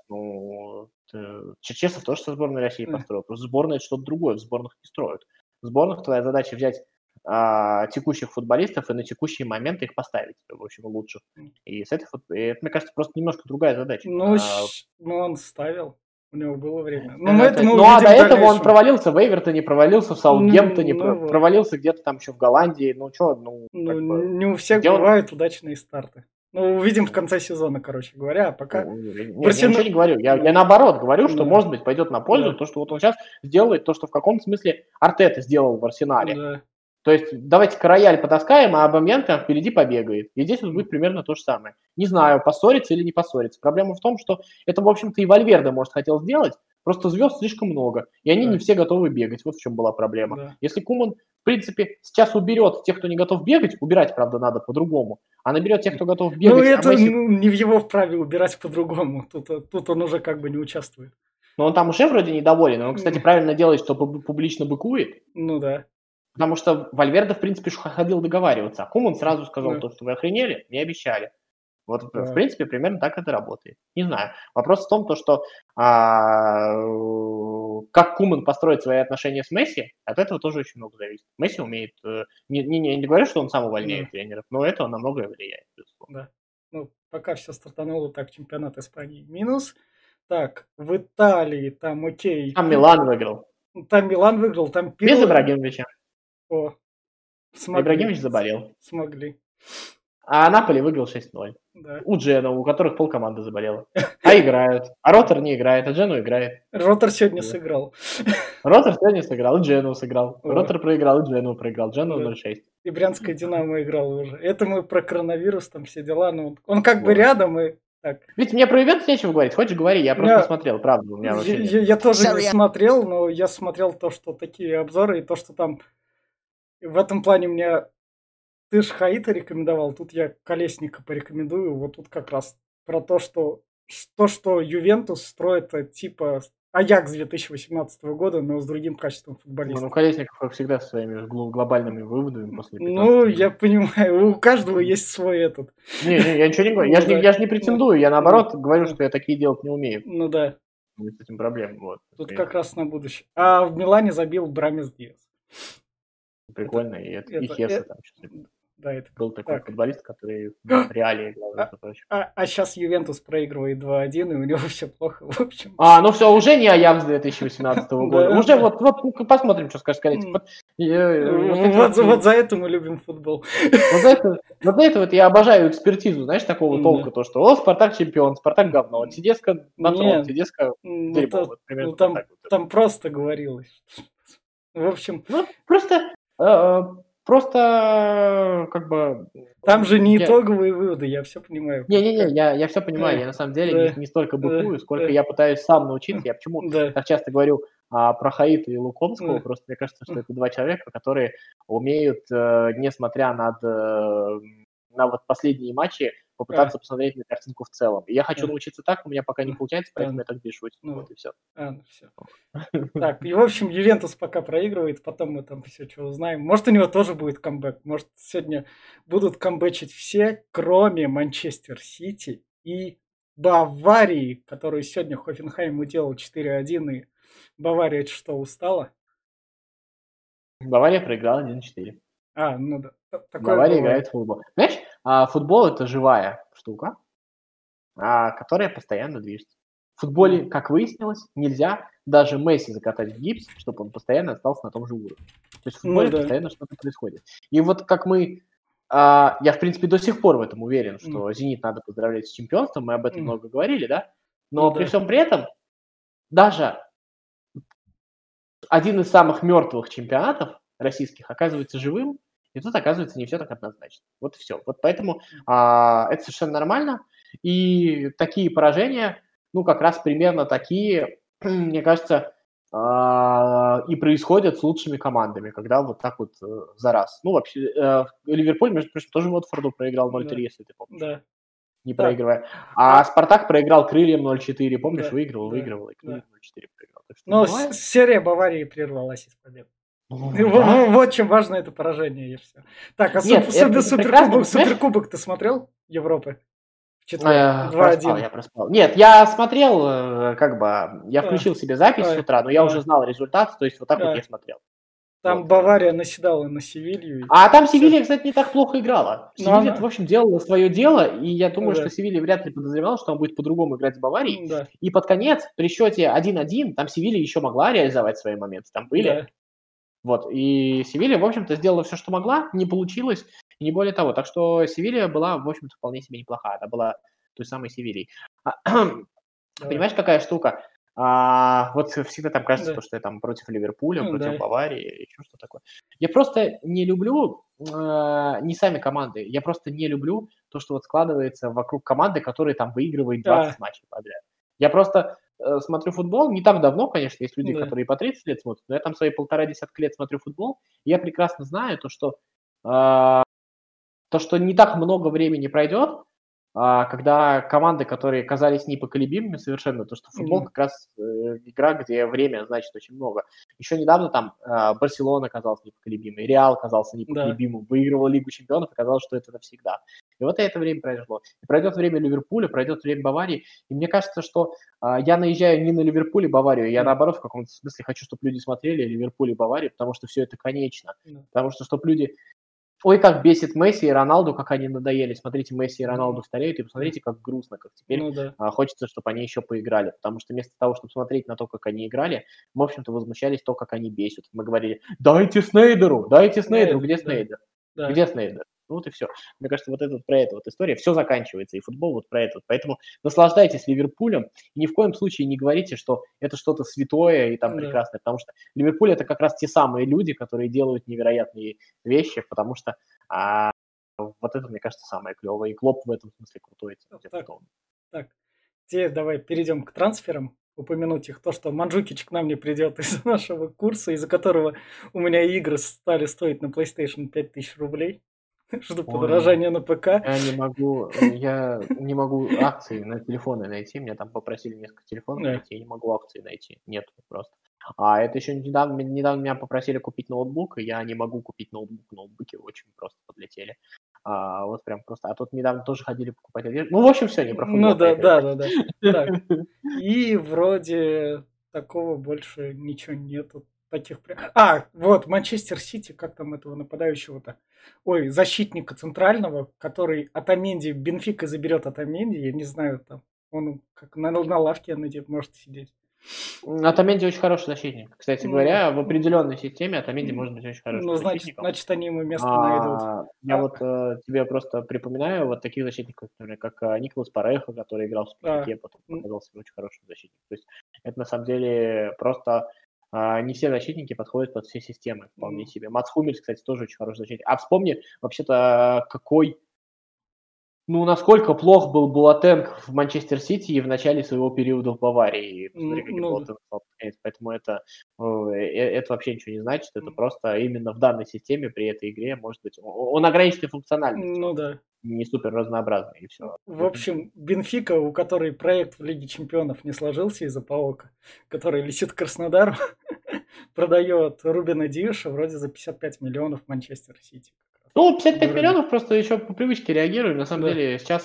Черчесов тоже со сборной России построил. Просто сборная это что-то другое, в сборных не строят. В сборных твоя задача взять текущих футболистов и на текущие моменты их поставить, в общем, лучше. И с этой это, мне кажется, просто немножко другая задача. Он ставил. У него было время. До этого он провалился в Эвертоне, провалился в Саутгемптоне, провалился где-то там еще в Голландии. Не у всех бывают удачные старты. Увидим в конце сезона, короче говоря. А пока... Нет, я ничего не говорю. Я наоборот говорю, что, может быть, пойдет на пользу то, что вот он сейчас сделает то, что в каком-то смысле Артета сделал в Арсенале. То есть давайте-ка рояль потаскаем, а Абамьянг там впереди побегает. И здесь вот будет примерно то же самое. Не знаю, поссориться или не поссориться. Проблема в том, что это, в общем-то, и Вальверде, может, хотел сделать, просто звезд слишком много, и они не все готовы бегать. Вот в чем была проблема. Если Куман, в принципе, сейчас уберет тех, кто не готов бегать, убирать, правда, надо по-другому, а наберет тех, кто готов бегать. Ну, это не в его вправе убирать по-другому. Тут он уже как бы не участвует. Но он там уже вроде недоволен. Он, кстати, правильно делает, что публично быкует. Ну да. Потому что Вальверде, в принципе, ходил договариваться. А Куман сразу сказал то, что вы охренели, не обещали. Вот, в принципе, примерно так это работает. Не знаю. Вопрос в том, что как Куман построит свои отношения с Месси, от этого тоже очень много зависит. Месси умеет... Не говорю, что он сам увольняет тренеров, но это на многое влияет, безусловно. Да. Ну, пока все стартануло так, чемпионат Испании минус. Так, в Италии там окей. Там Милан выиграл. Там Милан выиграл, там Без Ибрагимовича. О, смогли. Ибрагимович заболел. Смогли. А Наполи выиграл 6-0. Да. У Джена, у которых полкоманды заболело. А играют. А Ротор не играет, а Джену играет. Ротор сегодня сыграл. Ротор сегодня сыграл, и Джену сыграл. Ротор проиграл, и Джену проиграл. Джену 0-6. И Брянская Динамо играла уже. Это мы про коронавирус, там все дела. Но он как бы рядом и так. Ведь мне про ивент нечего говорить. Хочешь, говори, я просто не смотрел, правда. У меня вообще я тоже не смотрел, но я смотрел то, что такие обзоры, и то, что там в этом плане мне... Ты ж Хаита рекомендовал, тут я Колесника порекомендую. Вот тут как раз про то, что Ювентус строит типа Аякс 2018 года, но с другим качеством футболиста. Ну, Колесников, как всегда, со своими глобальными выводами после 15 Ну, я понимаю, у каждого есть свой этот. Не, я ничего не говорю. Я же не претендую, я наоборот говорю, что я такие делать не умею. Ну да. С этим проблем. Вот. Тут как раз на будущее. А в Милане забил Брамес Диас. Прикольно, и Хеса там что-то. Да, это был такой футболист, который в Реале играл. А сейчас Ювентус проигрывает 2-1, и у него все плохо, в общем. Ну все, уже не Аякс 2018 года. Уже вот посмотрим, что скажет Скорее. Вот за это мы любим футбол. Вот за это вот я обожаю экспертизу, знаешь, такого толка, то, что Спартак чемпион, Спартак говно, Тедеско на трон, Тедеско дерьмо. Там просто говорилось. В общем... Просто как бы... Там же не итоговые выводы, я все понимаю. Не-не-не, я все понимаю, я на самом деле не столько быкую, сколько я пытаюсь сам научиться. Я почему так часто говорю про Хаита и Лукомского, просто мне кажется, что это два человека, которые умеют, несмотря на вот последние матчи, попытаться посмотреть на картинку в целом. И я хочу научиться так, у меня пока не получается, поэтому я так бешусь. Вот и все. Все. Так, и в общем, Ювентус пока проигрывает, потом мы там все что узнаем. Может, у него тоже будет камбэк. Может, сегодня будут камбэчить все, кроме Манчестер Сити и Баварии, которую сегодня Хофенхайм уделал 4-1, и Бавария что, устала? Бавария проиграла 1-4. Ну да. Бавария играет в футбол. Знаешь, футбол – это живая штука, которая постоянно движется. В футболе, как выяснилось, нельзя даже Месси закатать в гипс, чтобы он постоянно остался на том же уровне. То есть в футболе постоянно что-то происходит. И вот как мы... я, в принципе, до сих пор в этом уверен, что «Зенит» надо поздравлять с чемпионством, мы об этом много говорили, да? Но при всем при этом даже один из самых мертвых чемпионатов российских оказывается живым, и тут, оказывается, не все так однозначно. Вот и все. Вот поэтому это совершенно нормально. И такие поражения, как раз примерно такие, мне кажется, и происходят с лучшими командами, когда вот так вот за раз. Вообще, Ливерпуль, между прочим, тоже Уотфорду проиграл 0-3, если ты помнишь. Да. Не проигрывая. А Спартак проиграл Крыльям 0-4, помнишь, выиграл, и Крыльям 0-4 проиграл. Но серия Баварии прервалась из победы. Вот чем важно это поражение, и все. Так, Суперкубок ты смотрел Европы? Я проспал. Нет, я смотрел, я включил себе запись с утра, но я уже знал результат, то есть вот так вот я смотрел. Там Бавария наседала на Севилью. А там Севилья, кстати, не так плохо играла. Севилья, в общем, делала свое дело, и я думаю, что Севилья вряд ли подозревала, что он будет по-другому играть с Баварией. И под конец, при счете 1-1, там Севилья еще могла реализовать свои моменты, там были. Вот, и Севилья, в общем-то, сделала все, что могла, не получилось, и не более того. Так что Севилья была, в общем-то, вполне себе неплоха. Она была той самой Севильей. Понимаешь, какая штука? Вот всегда там кажется, Да. что я там против Ливерпуля, Ну против да. Баварии, еще что такое. Я просто не люблю не сами команды, я просто не люблю то, что вот складывается вокруг команды, которая там выигрывает 20 А, матчей подряд. Я просто смотрю футбол не так давно, конечно, есть люди, да. которые и по 30 лет смотрят, но я там свои 1,5 десятка лет смотрю футбол, и я прекрасно знаю а, то, что не так много времени пройдет, когда команды, которые казались непоколебимыми совершенно, то что футбол Ну как раз игра, где время значит очень много. Еще недавно там Барселона казалась непоколебимой, Реал казался да. непоколебимым, выигрывал Лигу чемпионов, и казалось, что это навсегда. И вот это время произошло. И пройдет время Ливерпуля, пройдет время Баварии, и мне кажется, что я наезжаю не на Ливерпуль и Баварию, я Да. наоборот в каком-то смысле хочу, чтобы люди смотрели Ливерпуль и Баварию, потому что все это конечно. Да. Потому что, чтобы люди ой, как бесит Месси и Роналду, как они надоели. Смотрите, Месси и Роналду Ну стареют, и да. посмотрите, как грустно, как теперь Ну да. хочется, чтобы они еще поиграли. Потому что вместо того, чтобы смотреть на то, как они играли, мы, в общем-то, возмущались то, как они бесят. Мы говорили, дайте Снейдеру, где Да. Снейдер? Да. Где Снейдер? Ну вот и все. Мне кажется, вот это про это вот история, все заканчивается, и футбол вот про это. Вот. Поэтому наслаждайтесь Ливерпулем, и ни в коем случае не говорите, что это что-то святое и там Да. прекрасное, потому что Ливерпуль это как раз те самые люди, которые делают невероятные вещи, потому что а, вот это, мне кажется, самое клевое. И Клоп в этом смысле крутой, тем, Так. что он. Так. Теперь давай перейдем к трансферам. Упомянуть их. То, что Манджукич к нам не придет из нашего курса, из-за которого у меня игры стали стоить на PlayStation 5000 рублей. Жду Ой, подорожания на ПК. я не могу акции на телефоны найти. Меня там попросили несколько телефонов Да. найти, я не могу акции найти. Нет просто. А это еще недавно меня попросили купить ноутбук, и я не могу купить ноутбук. Ноутбуки очень просто подлетели. Вот прям просто. А тут недавно тоже ходили покупать одежду. Ну, в общем, все, не про Ну футбол, да, поехали да, да, да. Так. дальше. И вроде такого больше ничего нету. Таких вот, Манчестер Сити, как там этого нападающего-то? Ой, защитника центрального, который Отamendi, Бенфика заберет Отamendi, я не знаю, там, он как на лавке, я надеюсь, может сидеть. Отamendi очень хороший защитник. Кстати Ну, говоря, в определенной системе Отamendi может быть очень хорошим ну, значит, защитником. значит, они ему место найдут. Я А, вот тебе просто припоминаю вот таких защитников, например, как Николас Парехо, который играл в а, Спартаке, потом м, показал себя очень хорошим защитником. То есть это на самом деле просто не все защитники подходят под все системы вполне м, себе. Мац Хуммельс, кстати, тоже очень хороший защитник. А вспомни вообще-то, насколько плох был Буатенг в Манчестер Сити и в начале своего периода в Баварии. И посмотри, каким ну, Буатенг стал под конец. Поэтому это вообще ничего не значит. Это просто именно в данной системе при этой игре может быть он ограниченной функциональностью, ну он да. не супер разнообразный, и все. В общем, Бенфика, у которой проект в Лиге Чемпионов не сложился из-за ПАОКа, который летит к Краснодару, продает Рубина Диаша вроде за 55 миллионов Манчестер Сити. Ну, 55 Вроде. миллионов просто еще по привычке реагируем. На самом Да. деле сейчас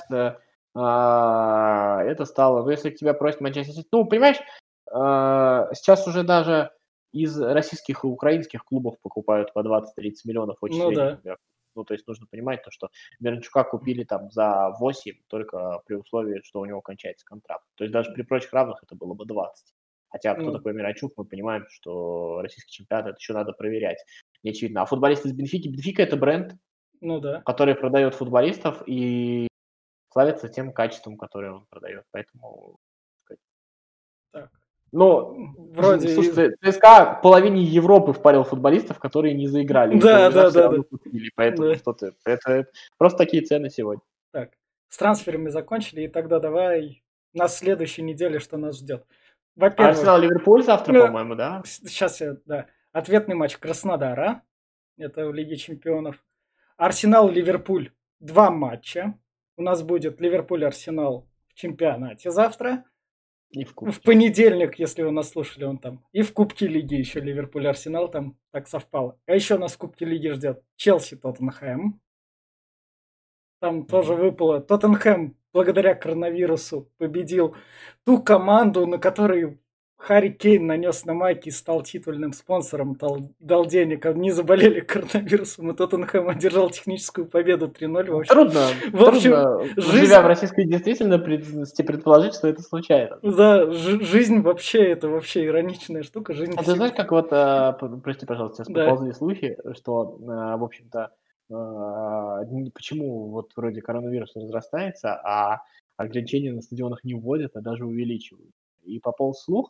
это стало, если к тебя просит Манчестер Сити, понимаешь, сейчас уже даже из российских и украинских клубов покупают по 20-30 миллионов очень Ну средних да. игроков. Ну, то есть нужно понимать то, что Миранчука купили там за 8 только при условии, что у него кончается контракт. То есть даже при прочих равных это было бы 20. Хотя кто Ну, такой Миранчук, мы понимаем, что российский чемпионат это еще надо проверять. Не очевидно. А футболисты из Бенфика это бренд, ну да. который продает футболистов и славится тем качеством, которое он продает. Поэтому, сказать, Так. ну, Вроде из... слушайте, ЦСКА половине Европы впарил футболистов, которые не заиграли, и Да, ПСЖ да, все да, да. равно купили. Поэтому Да. что ты, это просто такие цены сегодня. Так. С трансферами закончили, и тогда давай на следующей неделе, что нас ждет. Во-первых, Арсенал-Ливерпуль завтра, по-моему, да? сейчас я, да, ответный матч Краснодара. Это в Лиге Чемпионов. Арсенал-Ливерпуль. Два матча. У нас будет Ливерпуль-Арсенал в чемпионате завтра. И в В кубке. понедельник, если вы нас слушали, он там. И в Кубке Лиги еще Ливерпуль-Арсенал там так совпало. А еще нас в Кубке Лиги ждет Челси-Тоттенхэм. Там тоже Мгм. выпало. Тоттенхэм благодаря коронавирусу победил ту команду, на которой Харри Кейн нанес на майке и стал титульным спонсором, дал денег. Они заболели коронавирусом, и Тоттенхэм одержал техническую победу 3-0. Трудно, В общем, живя в жизнь, российской действительности, предположить, что это случайно. да, жизнь вообще, это вообще ироничная штука. Жизнь А ты знаешь, как вот, прости, пожалуйста, сейчас да, поползли слухи, что, в общем-то, почему вот вроде коронавирус разрастается, а ограничения на стадионах не вводят, а даже увеличивают. И пополз слух,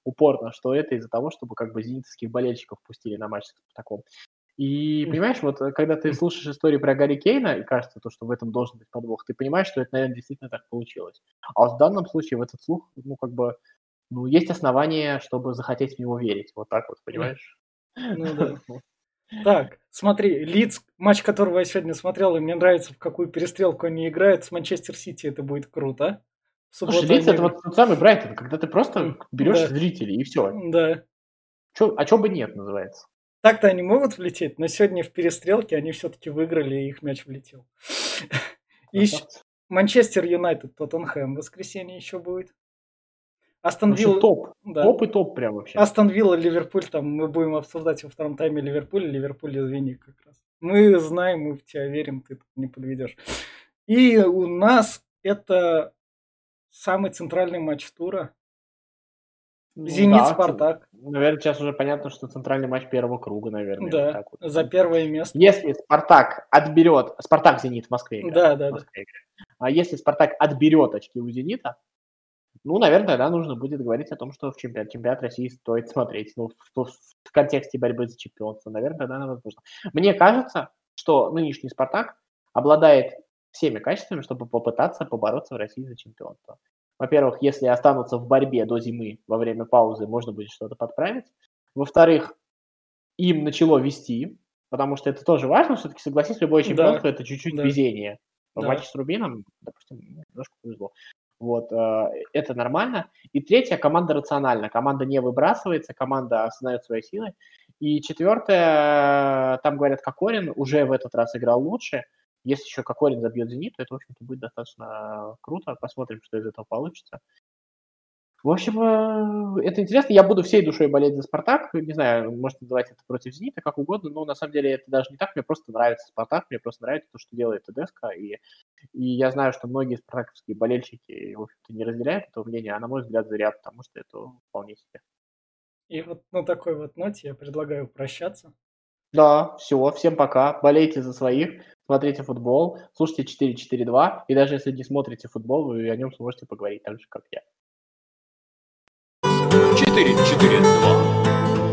упорно, что это из-за того, чтобы как бы зенитовских болельщиков пустили на матч с Спартаком. И понимаешь, вот когда ты слушаешь историю про Гарри Кейна, и кажется, то, что в этом должен быть подвох, ты понимаешь, что это, наверное, действительно так получилось. А в данном случае в этот слух, есть основания, чтобы захотеть в него верить. Вот так вот, понимаешь? Ну да. Так, смотри, Лидс, матч которого я сегодня смотрел, и мне нравится, в какую перестрелку они играют, с Манчестер Сити это будет круто. В Слушай, субботу Лидс они... это вот тот самый Брайтон, когда ты просто берешь Да, зрителей, и все. да. Чё бы нет, называется. Так-то они могут влететь, но сегодня в перестрелке они все-таки выиграли, и их мяч влетел. И Красавцы. Манчестер Юнайтед, Тоттенхэм в воскресенье еще будет. Астон Вообще Вилла, топ. да. Топ и топ прям вообще. Астон Вилла, Ливерпуль, там мы будем обсуждать во втором тайме Ливерпуль, извини, как раз. Мы знаем, мы в тебя верим, ты тут не подведешь. И у нас это самый центральный матч тура. Зенит-Спартак. Наверное, сейчас уже понятно, что центральный матч первого круга, наверное. Да, вот так вот. за первое место. Если Спартак отберет... Спартак-Зенит в Москве играет. Да. А если Спартак отберет очки у Зенита, наверное, тогда нужно будет говорить о том, что в чемпионат России стоит смотреть. В контексте борьбы за чемпионство, наверное, тогда она возможна. Мне кажется, что нынешний Спартак обладает всеми качествами, чтобы попытаться побороться в России за чемпионство. Во-первых, если останутся в борьбе до зимы, во время паузы, можно будет что-то подправить. Во-вторых, им начало вести, потому что это тоже важно, все-таки, согласись, любое чемпионство – это чуть-чуть везение. В матче с Рубином, допустим, немножко повезло. Вот, это нормально. И третье, команда рациональна. Команда не выбрасывается, команда осознает свои силы. И четвертое, там говорят, Кокорин уже в этот раз играл лучше. Если еще Кокорин забьет «Зенит», то это, в общем-то, будет достаточно круто. Посмотрим, что из этого получится. В общем, это интересно. Я буду всей душой болеть за «Спартак». Не знаю, может называть это против «Зенита», как угодно, но на самом деле это даже не так. Мне просто нравится «Спартак», мне просто нравится то, что делает ТДСК. И я знаю, что многие спартаковские болельщики, в общем-то, не разделяют этого мнения, а на мой взгляд, зря, потому что это вполне себе. И вот на такой вот ноте я предлагаю прощаться. Да, все, всем пока. Болейте за своих, смотрите футбол, слушайте 4-4-2, и даже если не смотрите футбол, вы о нем сможете поговорить так же, как я. 4-4-2.